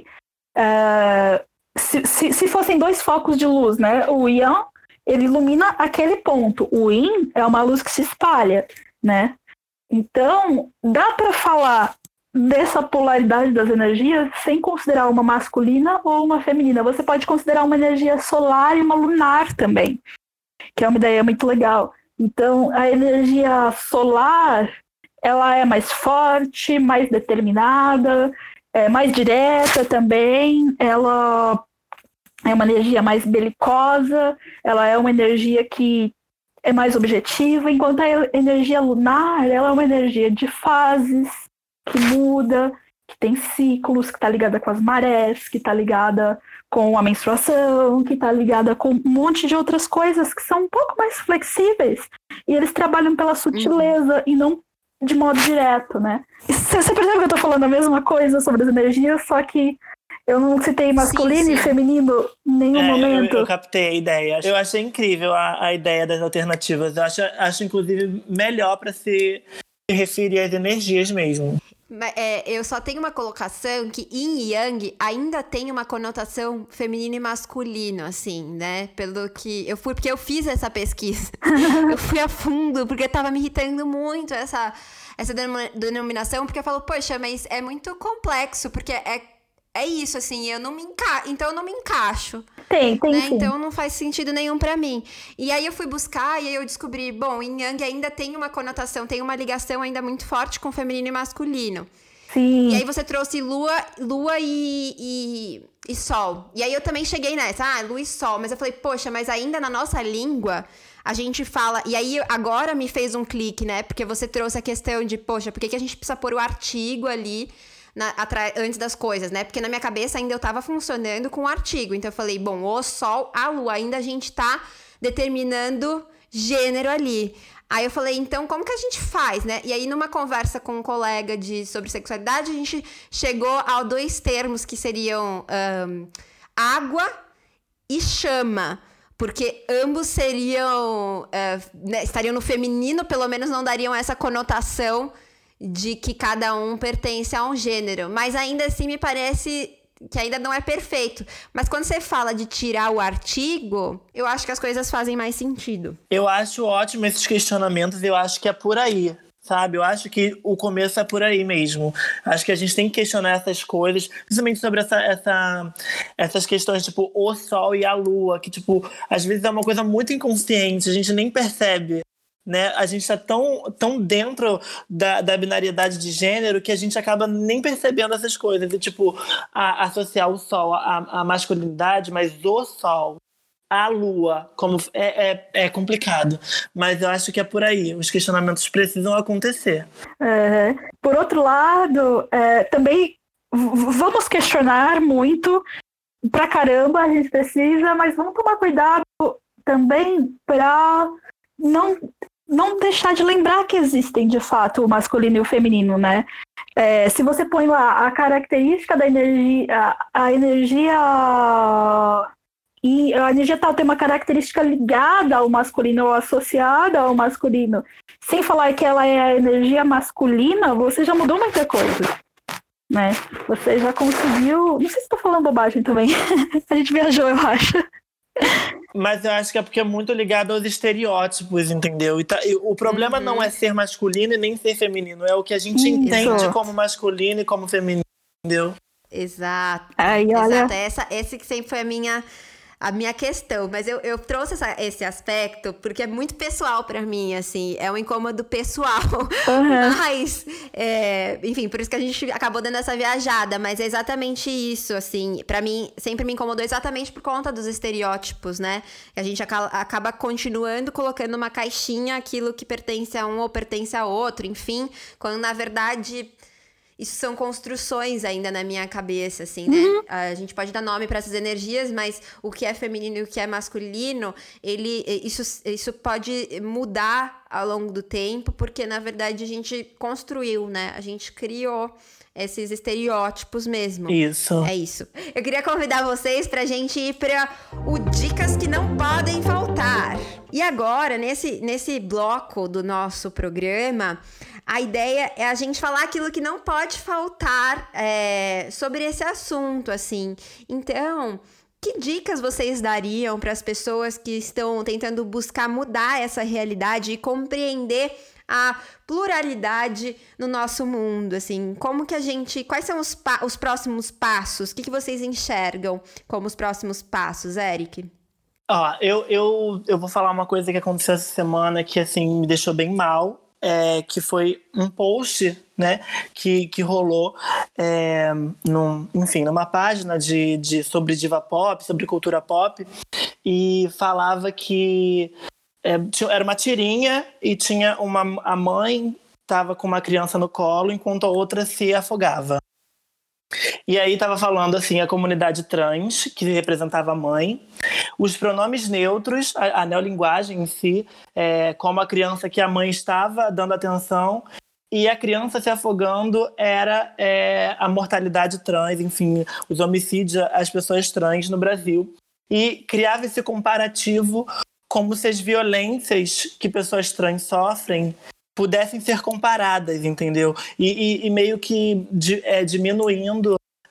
Se fossem dois focos de luz, né? O Yang, ele ilumina aquele ponto. O Yin é uma luz que se espalha, né? Então, dá para falar dessa polaridade das energias sem considerar uma masculina ou uma feminina. Você pode considerar uma energia solar e uma lunar também, que é uma ideia muito legal. Então, a energia solar, ela é mais forte, mais determinada, mais direta também, ela é uma energia mais belicosa, ela é uma energia que é mais objetiva, enquanto a energia lunar, ela é uma energia de fases, que muda, que tem ciclos, que está ligada com as marés, que está ligada com a menstruação, que está ligada com um monte de outras coisas que são um pouco mais flexíveis, e eles trabalham pela sutileza e não de modo direto, né? Você percebe que eu tô falando a mesma coisa sobre as energias, só que eu não citei masculino e feminino em nenhum momento. Eu captei a ideia. Eu achei incrível a ideia das alternativas. Eu acho inclusive, melhor para se referir às energias mesmo. Eu só tenho uma colocação que Yin e Yang ainda tem uma conotação feminino e masculino, assim, né? Porque eu fiz essa pesquisa. Eu fui a fundo, porque tava me irritando muito essa denominação, porque eu falo, poxa, mas é muito complexo, porque é isso, assim, então eu não me encaixo. Tem, né? sim. Então não faz sentido nenhum pra mim. E aí eu fui buscar e aí eu descobri, bom, Yin Yang ainda tem uma conotação, tem uma ligação ainda muito forte com feminino e masculino. Sim. E aí você trouxe lua e sol. E aí eu também cheguei nessa, lua e sol. Mas eu falei, poxa, mas ainda na nossa língua a gente fala... E aí agora me fez um clique, né? Porque você trouxe a questão de, poxa, por que a gente precisa pôr o artigo ali... antes das coisas, né? Porque na minha cabeça ainda eu tava funcionando com o artigo. Então eu falei, bom, o sol, a lua, ainda a gente tá determinando gênero ali. Aí eu falei, então como que a gente faz, né? E aí numa conversa com um colega sobre sexualidade, a gente chegou a dois termos que seriam água e chama. Porque ambos seriam, estariam no feminino, pelo menos não dariam essa conotação de que cada um pertence a um gênero. Mas ainda assim me parece que ainda não é perfeito. Mas quando você fala de tirar o artigo, eu acho que as coisas fazem mais sentido. Eu acho ótimo esses questionamentos, eu acho que é por aí, sabe? Eu acho que o começo é por aí mesmo. Acho que a gente tem que questionar essas coisas, principalmente sobre essas questões, tipo, o sol e a lua, que, tipo, às vezes é uma coisa muito inconsciente, a gente nem percebe. Né? A gente está tão dentro da binariedade de gênero que a gente acaba nem percebendo essas coisas. E, tipo, associar o sol à masculinidade, mas o sol, a lua, como é complicado. Mas eu acho que é por aí. Os questionamentos precisam acontecer. Por outro lado, também vamos questionar muito pra caramba, a gente precisa, mas vamos tomar cuidado também para não não deixar de lembrar que existem, de fato, o masculino e o feminino, né? Se você põe lá a característica da energia, a energia tal tem uma característica ligada ao masculino ou associada ao masculino, sem falar que ela é a energia masculina, você já mudou muita coisa, né? Você já conseguiu... Não sei se estou falando bobagem também. A gente viajou, eu acho. Mas eu acho que é porque é muito ligado aos estereótipos, entendeu? E o problema não é ser masculino e nem ser feminino. É o que a gente entende como masculino e como feminino, entendeu? Exato. Aí, olha... Exato. Esse que sempre foi a minha questão, mas eu trouxe esse aspecto porque é muito pessoal pra mim, assim, é um incômodo pessoal, mas, enfim, por isso que a gente acabou dando essa viajada, mas é exatamente isso, assim, pra mim sempre me incomodou exatamente por conta dos estereótipos, né, que a gente acaba continuando colocando uma caixinha aquilo que pertence a um ou pertence a outro, enfim, quando na verdade... Isso são construções ainda na minha cabeça, assim, né? A gente pode dar nome para essas energias, mas o que é feminino e o que é masculino, isso pode mudar ao longo do tempo, porque, na verdade, a gente construiu, né? A gente criou esses estereótipos mesmo. Isso. É isso. Eu queria convidar vocês pra gente ir pra o Dicas que Não Podem Faltar. E agora, nesse bloco do nosso programa... A ideia é a gente falar aquilo que não pode faltar sobre esse assunto, assim. Então, que dicas vocês dariam para as pessoas que estão tentando buscar mudar essa realidade e compreender a pluralidade no nosso mundo, assim? Como que quais são os próximos passos? O que vocês enxergam como os próximos passos, Eric? Eu vou falar uma coisa que aconteceu essa semana que, assim, me deixou bem mal. Que foi um post, né, que rolou numa página sobre diva pop, sobre cultura pop, e falava que era uma tirinha e tinha a mãe estava com uma criança no colo enquanto a outra se afogava. E aí estava falando assim, a comunidade trans, que representava a mãe, os pronomes neutros, a neolinguagem em si, como a criança que a mãe estava dando atenção, e a criança se afogando era a mortalidade trans, enfim, os homicídios às pessoas trans no Brasil. E criava esse comparativo como se as violências que pessoas trans sofrem pudessem ser comparadas, entendeu? E meio que diminuindo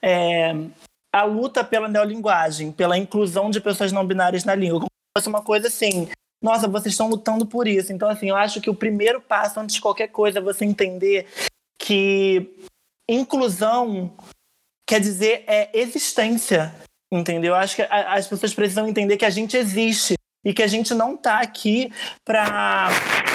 a luta pela neolinguagem, pela inclusão de pessoas não binárias na língua. Como se fosse uma coisa assim, nossa, vocês estão lutando por isso. Então, assim, eu acho que o primeiro passo, antes de qualquer coisa, é você entender que inclusão quer dizer existência, entendeu? Eu acho que as pessoas precisam entender que a gente existe e que a gente não está aqui para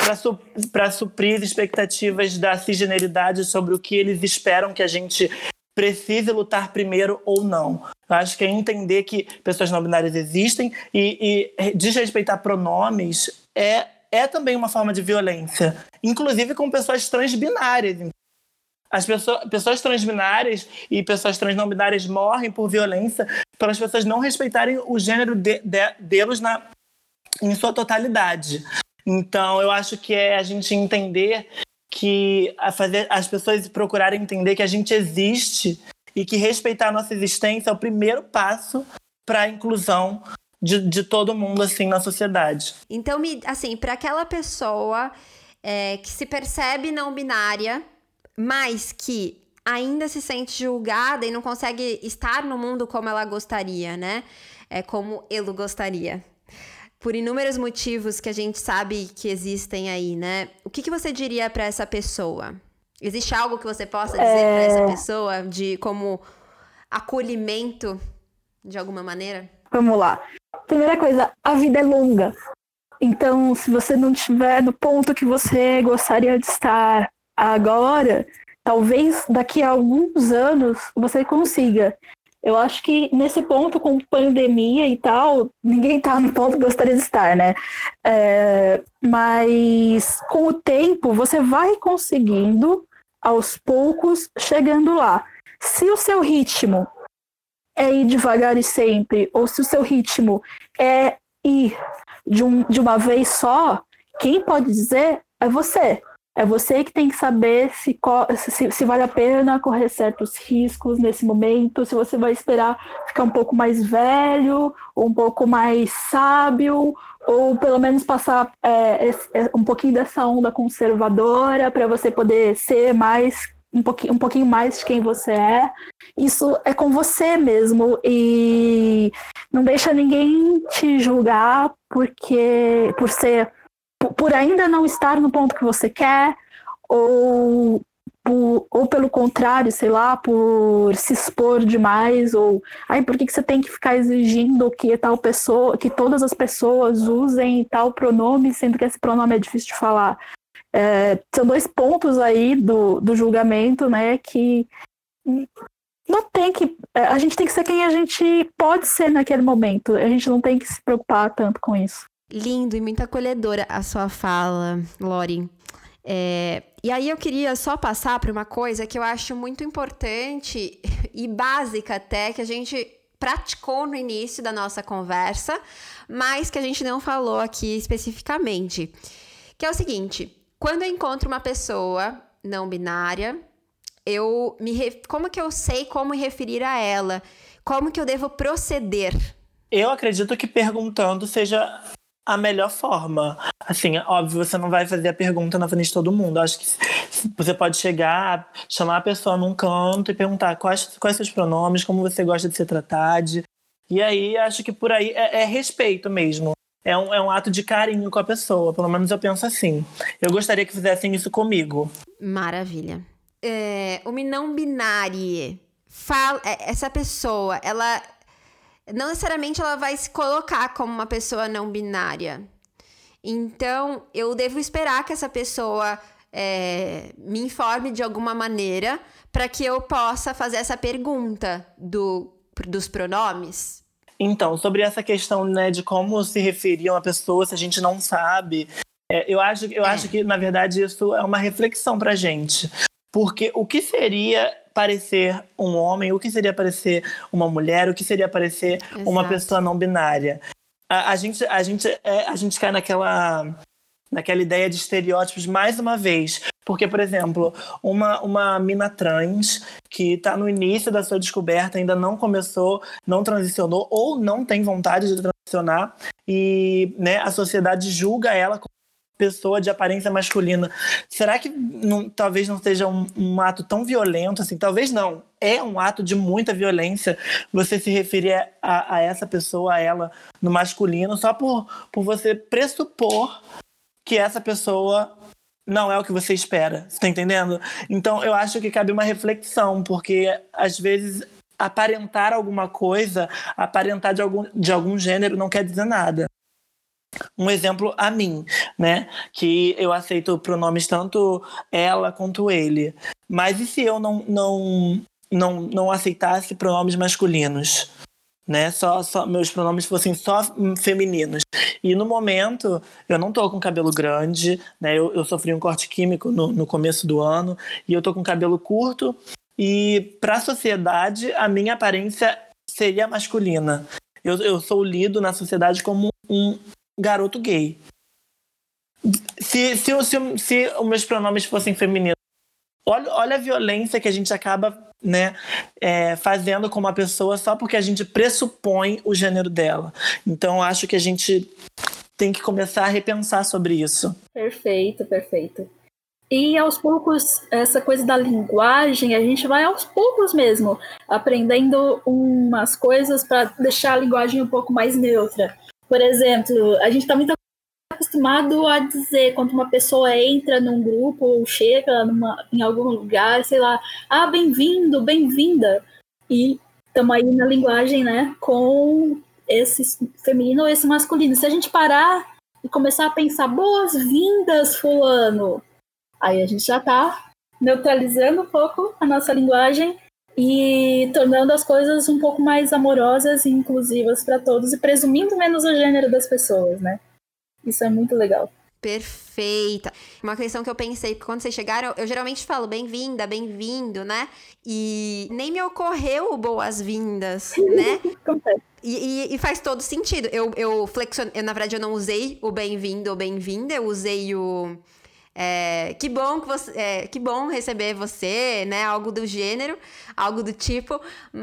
suprir as expectativas da cisgeneridade sobre o que eles esperam que a gente precise lutar primeiro ou não. Eu acho que é entender que pessoas não binárias existem e desrespeitar pronomes é também uma forma de violência, inclusive com pessoas transbinárias. As pessoas transbinárias e pessoas trans não binárias morrem por violência pelas pessoas não respeitarem o gênero deles em sua totalidade. Então, eu acho que é a gente entender que as pessoas procurarem entender que a gente existe e que respeitar a nossa existência é o primeiro passo para a inclusão de todo mundo assim na sociedade. Então, assim, para aquela pessoa que se percebe não binária, mas que ainda se sente julgada e não consegue estar no mundo como ela gostaria, né? Como ele gostaria. Por inúmeros motivos que a gente sabe que existem aí, né? O que você diria para essa pessoa? Existe algo que você possa dizer para essa pessoa como acolhimento, de alguma maneira? Vamos lá. Primeira coisa, a vida é longa. Então, se você não estiver no ponto que você gostaria de estar agora, talvez daqui a alguns anos você consiga. Eu acho que nesse ponto, com pandemia e tal, ninguém está no ponto que gostaria de estar, né? Mas com o tempo, você vai conseguindo, aos poucos, chegando lá. Se o seu ritmo é ir devagar e sempre, ou se o seu ritmo é ir de uma vez só, quem pode dizer é você. É você que tem que saber se vale a pena correr certos riscos nesse momento, se você vai esperar ficar um pouco mais velho, ou um pouco mais sábio, ou pelo menos passar um pouquinho dessa onda conservadora para você poder ser um pouquinho mais de quem você é. Isso é com você mesmo, e não deixa ninguém te julgar por ainda não estar no ponto que você quer, ou pelo contrário, sei lá, por se expor demais, ou por que você tem que ficar exigindo que que todas as pessoas usem tal pronome, sendo que esse pronome é difícil de falar. São 2 pontos aí do julgamento, né, que não tem que... A gente tem que ser quem a gente pode ser naquele momento, a gente não tem que se preocupar tanto com isso. Lindo e muito acolhedora a sua fala, Lori. E aí eu queria só passar para uma coisa que eu acho muito importante e básica até, que a gente praticou no início da nossa conversa, mas que a gente não falou aqui especificamente. Que é o seguinte, quando eu encontro uma pessoa não binária, como que eu sei como me referir a ela? Como que eu devo proceder? Eu acredito que perguntando seja a melhor forma. Assim, óbvio, você não vai fazer a pergunta na frente de todo mundo. Acho que você pode chegar, chamar a pessoa num canto e perguntar quais seus pronomes, como você gosta de ser tratada. E aí, acho que por aí é respeito mesmo. É um ato de carinho com a pessoa. Pelo menos eu penso assim. Eu gostaria que fizessem isso comigo. Maravilha. O não binário. Essa pessoa, ela... Não necessariamente ela vai se colocar como uma pessoa não binária. Então, eu devo esperar que essa pessoa me informe de alguma maneira para que eu possa fazer essa pergunta dos pronomes. Então, sobre essa questão, né, de como se referir a uma pessoa se a gente não sabe, eu acho que, na verdade, isso é uma reflexão pra gente. Porque o que seria parecer um homem, o que seria parecer uma mulher, o que seria parecer uma pessoa não binária? A gente cai naquela ideia de estereótipos mais uma vez. Porque, por exemplo, uma mina trans que está no início da sua descoberta, ainda não começou, não transicionou ou não tem vontade de transicionar, e, né, a sociedade julga ela como pessoa de aparência masculina. Será que talvez não seja um ato tão violento assim? Talvez não. É um ato de muita violência você se referir a essa pessoa, a ela, no masculino, só por você pressupor que essa pessoa não é o que você espera. Você tá entendendo? Então, eu acho que cabe uma reflexão, porque, às vezes, aparentar alguma coisa, aparentar de algum gênero não quer dizer nada. Um exemplo a mim, né? Que eu aceito pronomes tanto ela quanto ele. Mas e se eu não aceitasse pronomes masculinos? Né? Só meus pronomes fossem só femininos. E no momento, eu não tô com cabelo grande, né? Eu sofri um corte químico no começo do ano, e eu tô com cabelo curto, e para a sociedade, a minha aparência seria masculina. Eu sou lido na sociedade como um garoto gay. Se os meus pronomes fossem femininos, olha a violência que a gente acaba, né, fazendo com uma pessoa só porque a gente pressupõe o gênero dela. Então, acho que a gente tem que começar a repensar sobre isso. Perfeito, perfeito. E aos poucos, essa coisa da linguagem, a gente vai aos poucos mesmo, aprendendo umas coisas para deixar a linguagem um pouco mais neutra. Por exemplo, a gente está muito acostumado a dizer quando uma pessoa entra num grupo ou chega em algum lugar, sei lá, bem-vindo, bem-vinda. E estamos aí na linguagem, né, com esse feminino ou esse masculino. Se a gente parar e começar a pensar, boas-vindas, fulano, aí a gente já está neutralizando um pouco a nossa linguagem e tornando as coisas um pouco mais amorosas e inclusivas para todos e presumindo menos o gênero das pessoas, né? Isso é muito legal. Perfeita. Uma questão que eu pensei, porque quando vocês chegaram, eu geralmente falo bem-vinda, bem-vindo, né? E nem me ocorreu boas-vindas, né? E faz todo sentido. Eu flexionei, na verdade, eu não usei o bem-vindo ou bem-vinda, eu usei o... que bom que você, que bom receber você, né? Algo do gênero, algo do tipo,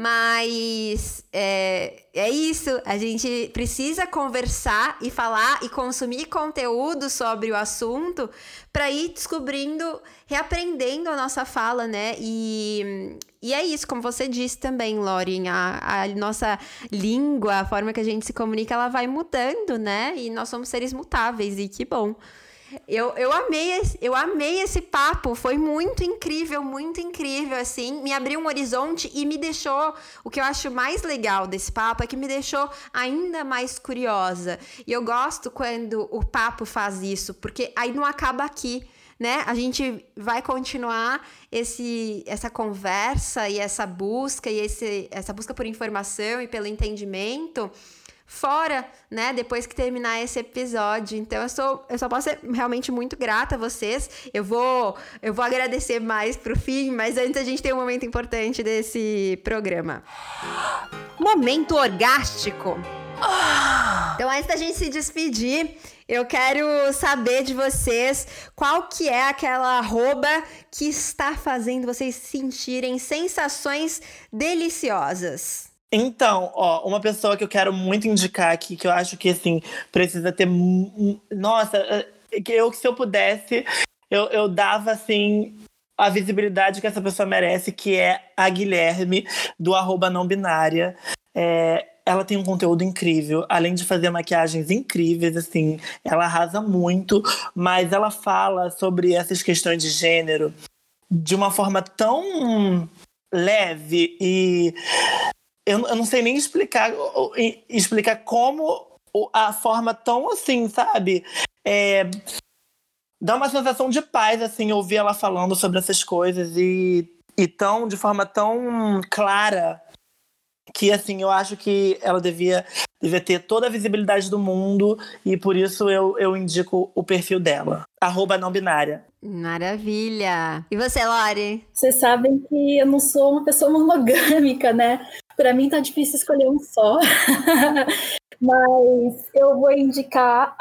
mas é isso. A gente precisa conversar e falar e consumir conteúdo sobre o assunto para ir descobrindo, reaprendendo a nossa fala, né? E é isso, como você disse também, Lauren, a nossa língua, a forma que a gente se comunica, ela vai mudando, né? E nós somos seres mutáveis, e que bom. Eu amei esse papo, foi muito incrível, assim, me abriu um horizonte e me deixou, o que eu acho mais legal desse papo é que me deixou ainda mais curiosa, e eu gosto quando o papo faz isso, porque aí não acaba aqui, né? A gente vai continuar essa conversa e essa busca, essa busca por informação e pelo entendimento fora, né, depois que terminar esse episódio. Então eu só posso ser realmente muito grata a vocês. Eu vou agradecer mais pro fim, mas antes a gente tem um momento importante desse programa. Momento orgástico. Então, antes da gente se despedir, eu quero saber de vocês qual que é aquela arroba que está fazendo vocês sentirem sensações deliciosas. Então, uma pessoa que eu quero muito indicar aqui, que eu acho que, assim, precisa ter... Nossa, se eu pudesse, eu dava, assim, a visibilidade que essa pessoa merece, que é a Guilherme, do @nãobinária. Ela tem um conteúdo incrível, além de fazer maquiagens incríveis, assim, ela arrasa muito, mas ela fala sobre essas questões de gênero de uma forma tão leve e... Eu não sei nem explicar como a forma tão assim, sabe? Dá uma sensação de paz, assim, ouvir ela falando sobre essas coisas de forma tão clara que, assim, eu acho que ela devia ter toda a visibilidade do mundo e por isso eu indico o perfil dela. @nãobinária. Maravilha! E você, Lori? Vocês sabem que eu não sou uma pessoa monogâmica, né? Pra mim tá difícil escolher um só. Mas eu vou indicar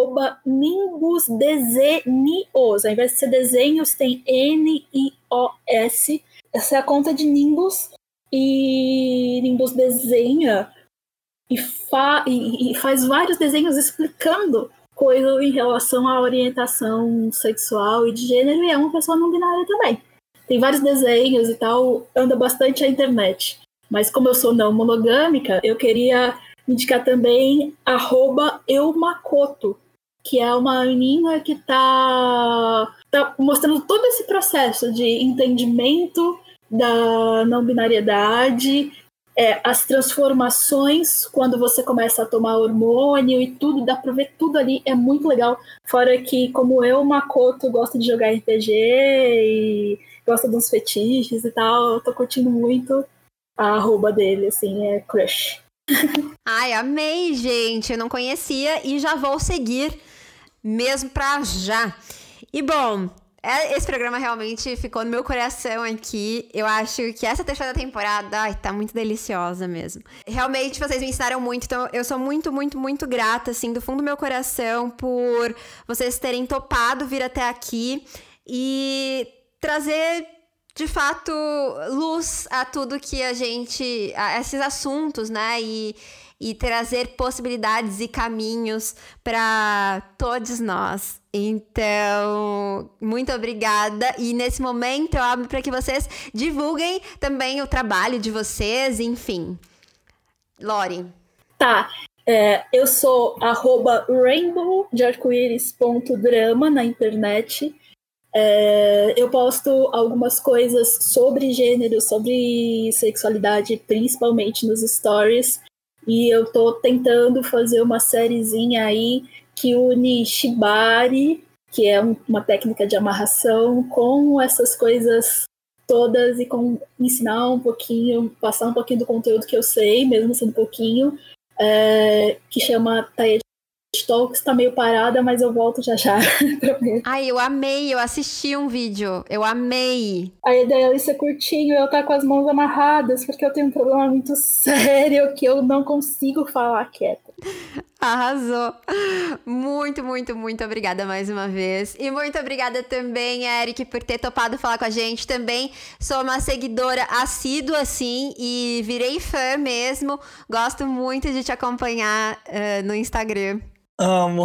@NimbusDesenhos. Ao invés de ser desenhos, tem NIOS. Essa é a conta de Nimbus. E Nimbus desenha e faz vários desenhos explicando coisas em relação à orientação sexual e de gênero. E é uma pessoa não binária também. Tem vários desenhos e tal. Anda bastante a internet. Mas como eu sou não monogâmica, eu queria indicar também @eumakoto, que é uma menina que tá mostrando todo esse processo de entendimento da não binariedade, as transformações quando você começa a tomar hormônio e tudo, dá pra ver tudo ali, é muito legal. Fora que, como eu, Makoto gosta de jogar RPG e gosta dos fetiches e tal, eu tô curtindo muito a arroba dele, assim, é crush. Ai, amei, gente. Eu não conhecia e já vou seguir mesmo pra já. E, bom, esse programa realmente ficou no meu coração aqui. Eu acho que essa terceira temporada, tá muito deliciosa mesmo. Realmente, vocês me ensinaram muito, então eu sou muito, muito, muito grata, assim, do fundo do meu coração por vocês terem topado vir até aqui e trazer... de fato, luz a tudo que a esses assuntos, né? E trazer possibilidades e caminhos para todos nós. Então, muito obrigada. E nesse momento eu abro para que vocês divulguem também o trabalho de vocês, enfim. Lori. Tá. Eu sou @rainbow_drama na internet. Eu posto algumas coisas sobre gênero, sobre sexualidade, principalmente nos stories, e eu tô tentando fazer uma sériezinha aí que une shibari, que é uma técnica de amarração, com essas coisas todas e com ensinar um pouquinho, passar um pouquinho do conteúdo que eu sei, mesmo sendo pouquinho, que chama Taia Talks tá meio parada, mas eu volto já já. Ai, eu amei, eu assisti um vídeo, eu amei. A ideia é ser curtinho, eu tá com as mãos amarradas, porque eu tenho um problema muito sério que eu não consigo falar quieta. Arrasou. Muito, muito, muito obrigada mais uma vez. E muito obrigada também, Eric, por ter topado falar com a gente. Também sou uma seguidora assídua, assim, e virei fã mesmo. Gosto muito de te acompanhar no Instagram. Amo.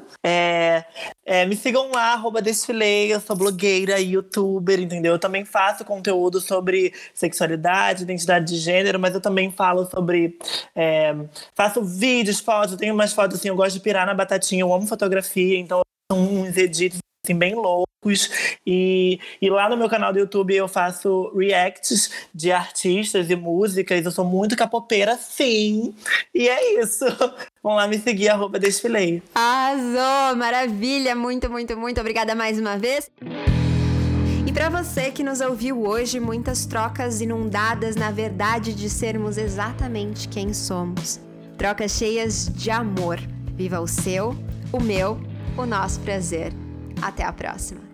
Me sigam lá, @desfilei. Eu sou blogueira e youtuber, entendeu? Eu também faço conteúdo sobre sexualidade, identidade de gênero, mas eu também falo sobre... faço vídeos, fotos, eu tenho umas fotos assim, eu gosto de pirar na batatinha, eu amo fotografia, então eu tenho uns edits assim, bem loucos. E lá no meu canal do YouTube eu faço reacts de artistas e músicas. Eu sou muito capopeira, sim. E é isso. Vão lá me seguir, @desfilei. Arrasou! Maravilha! Muito, muito, muito obrigada mais uma vez. E para você que nos ouviu hoje, muitas trocas inundadas na verdade de sermos exatamente quem somos. Trocas cheias de amor. Viva o seu, o meu, o nosso prazer. Até a próxima.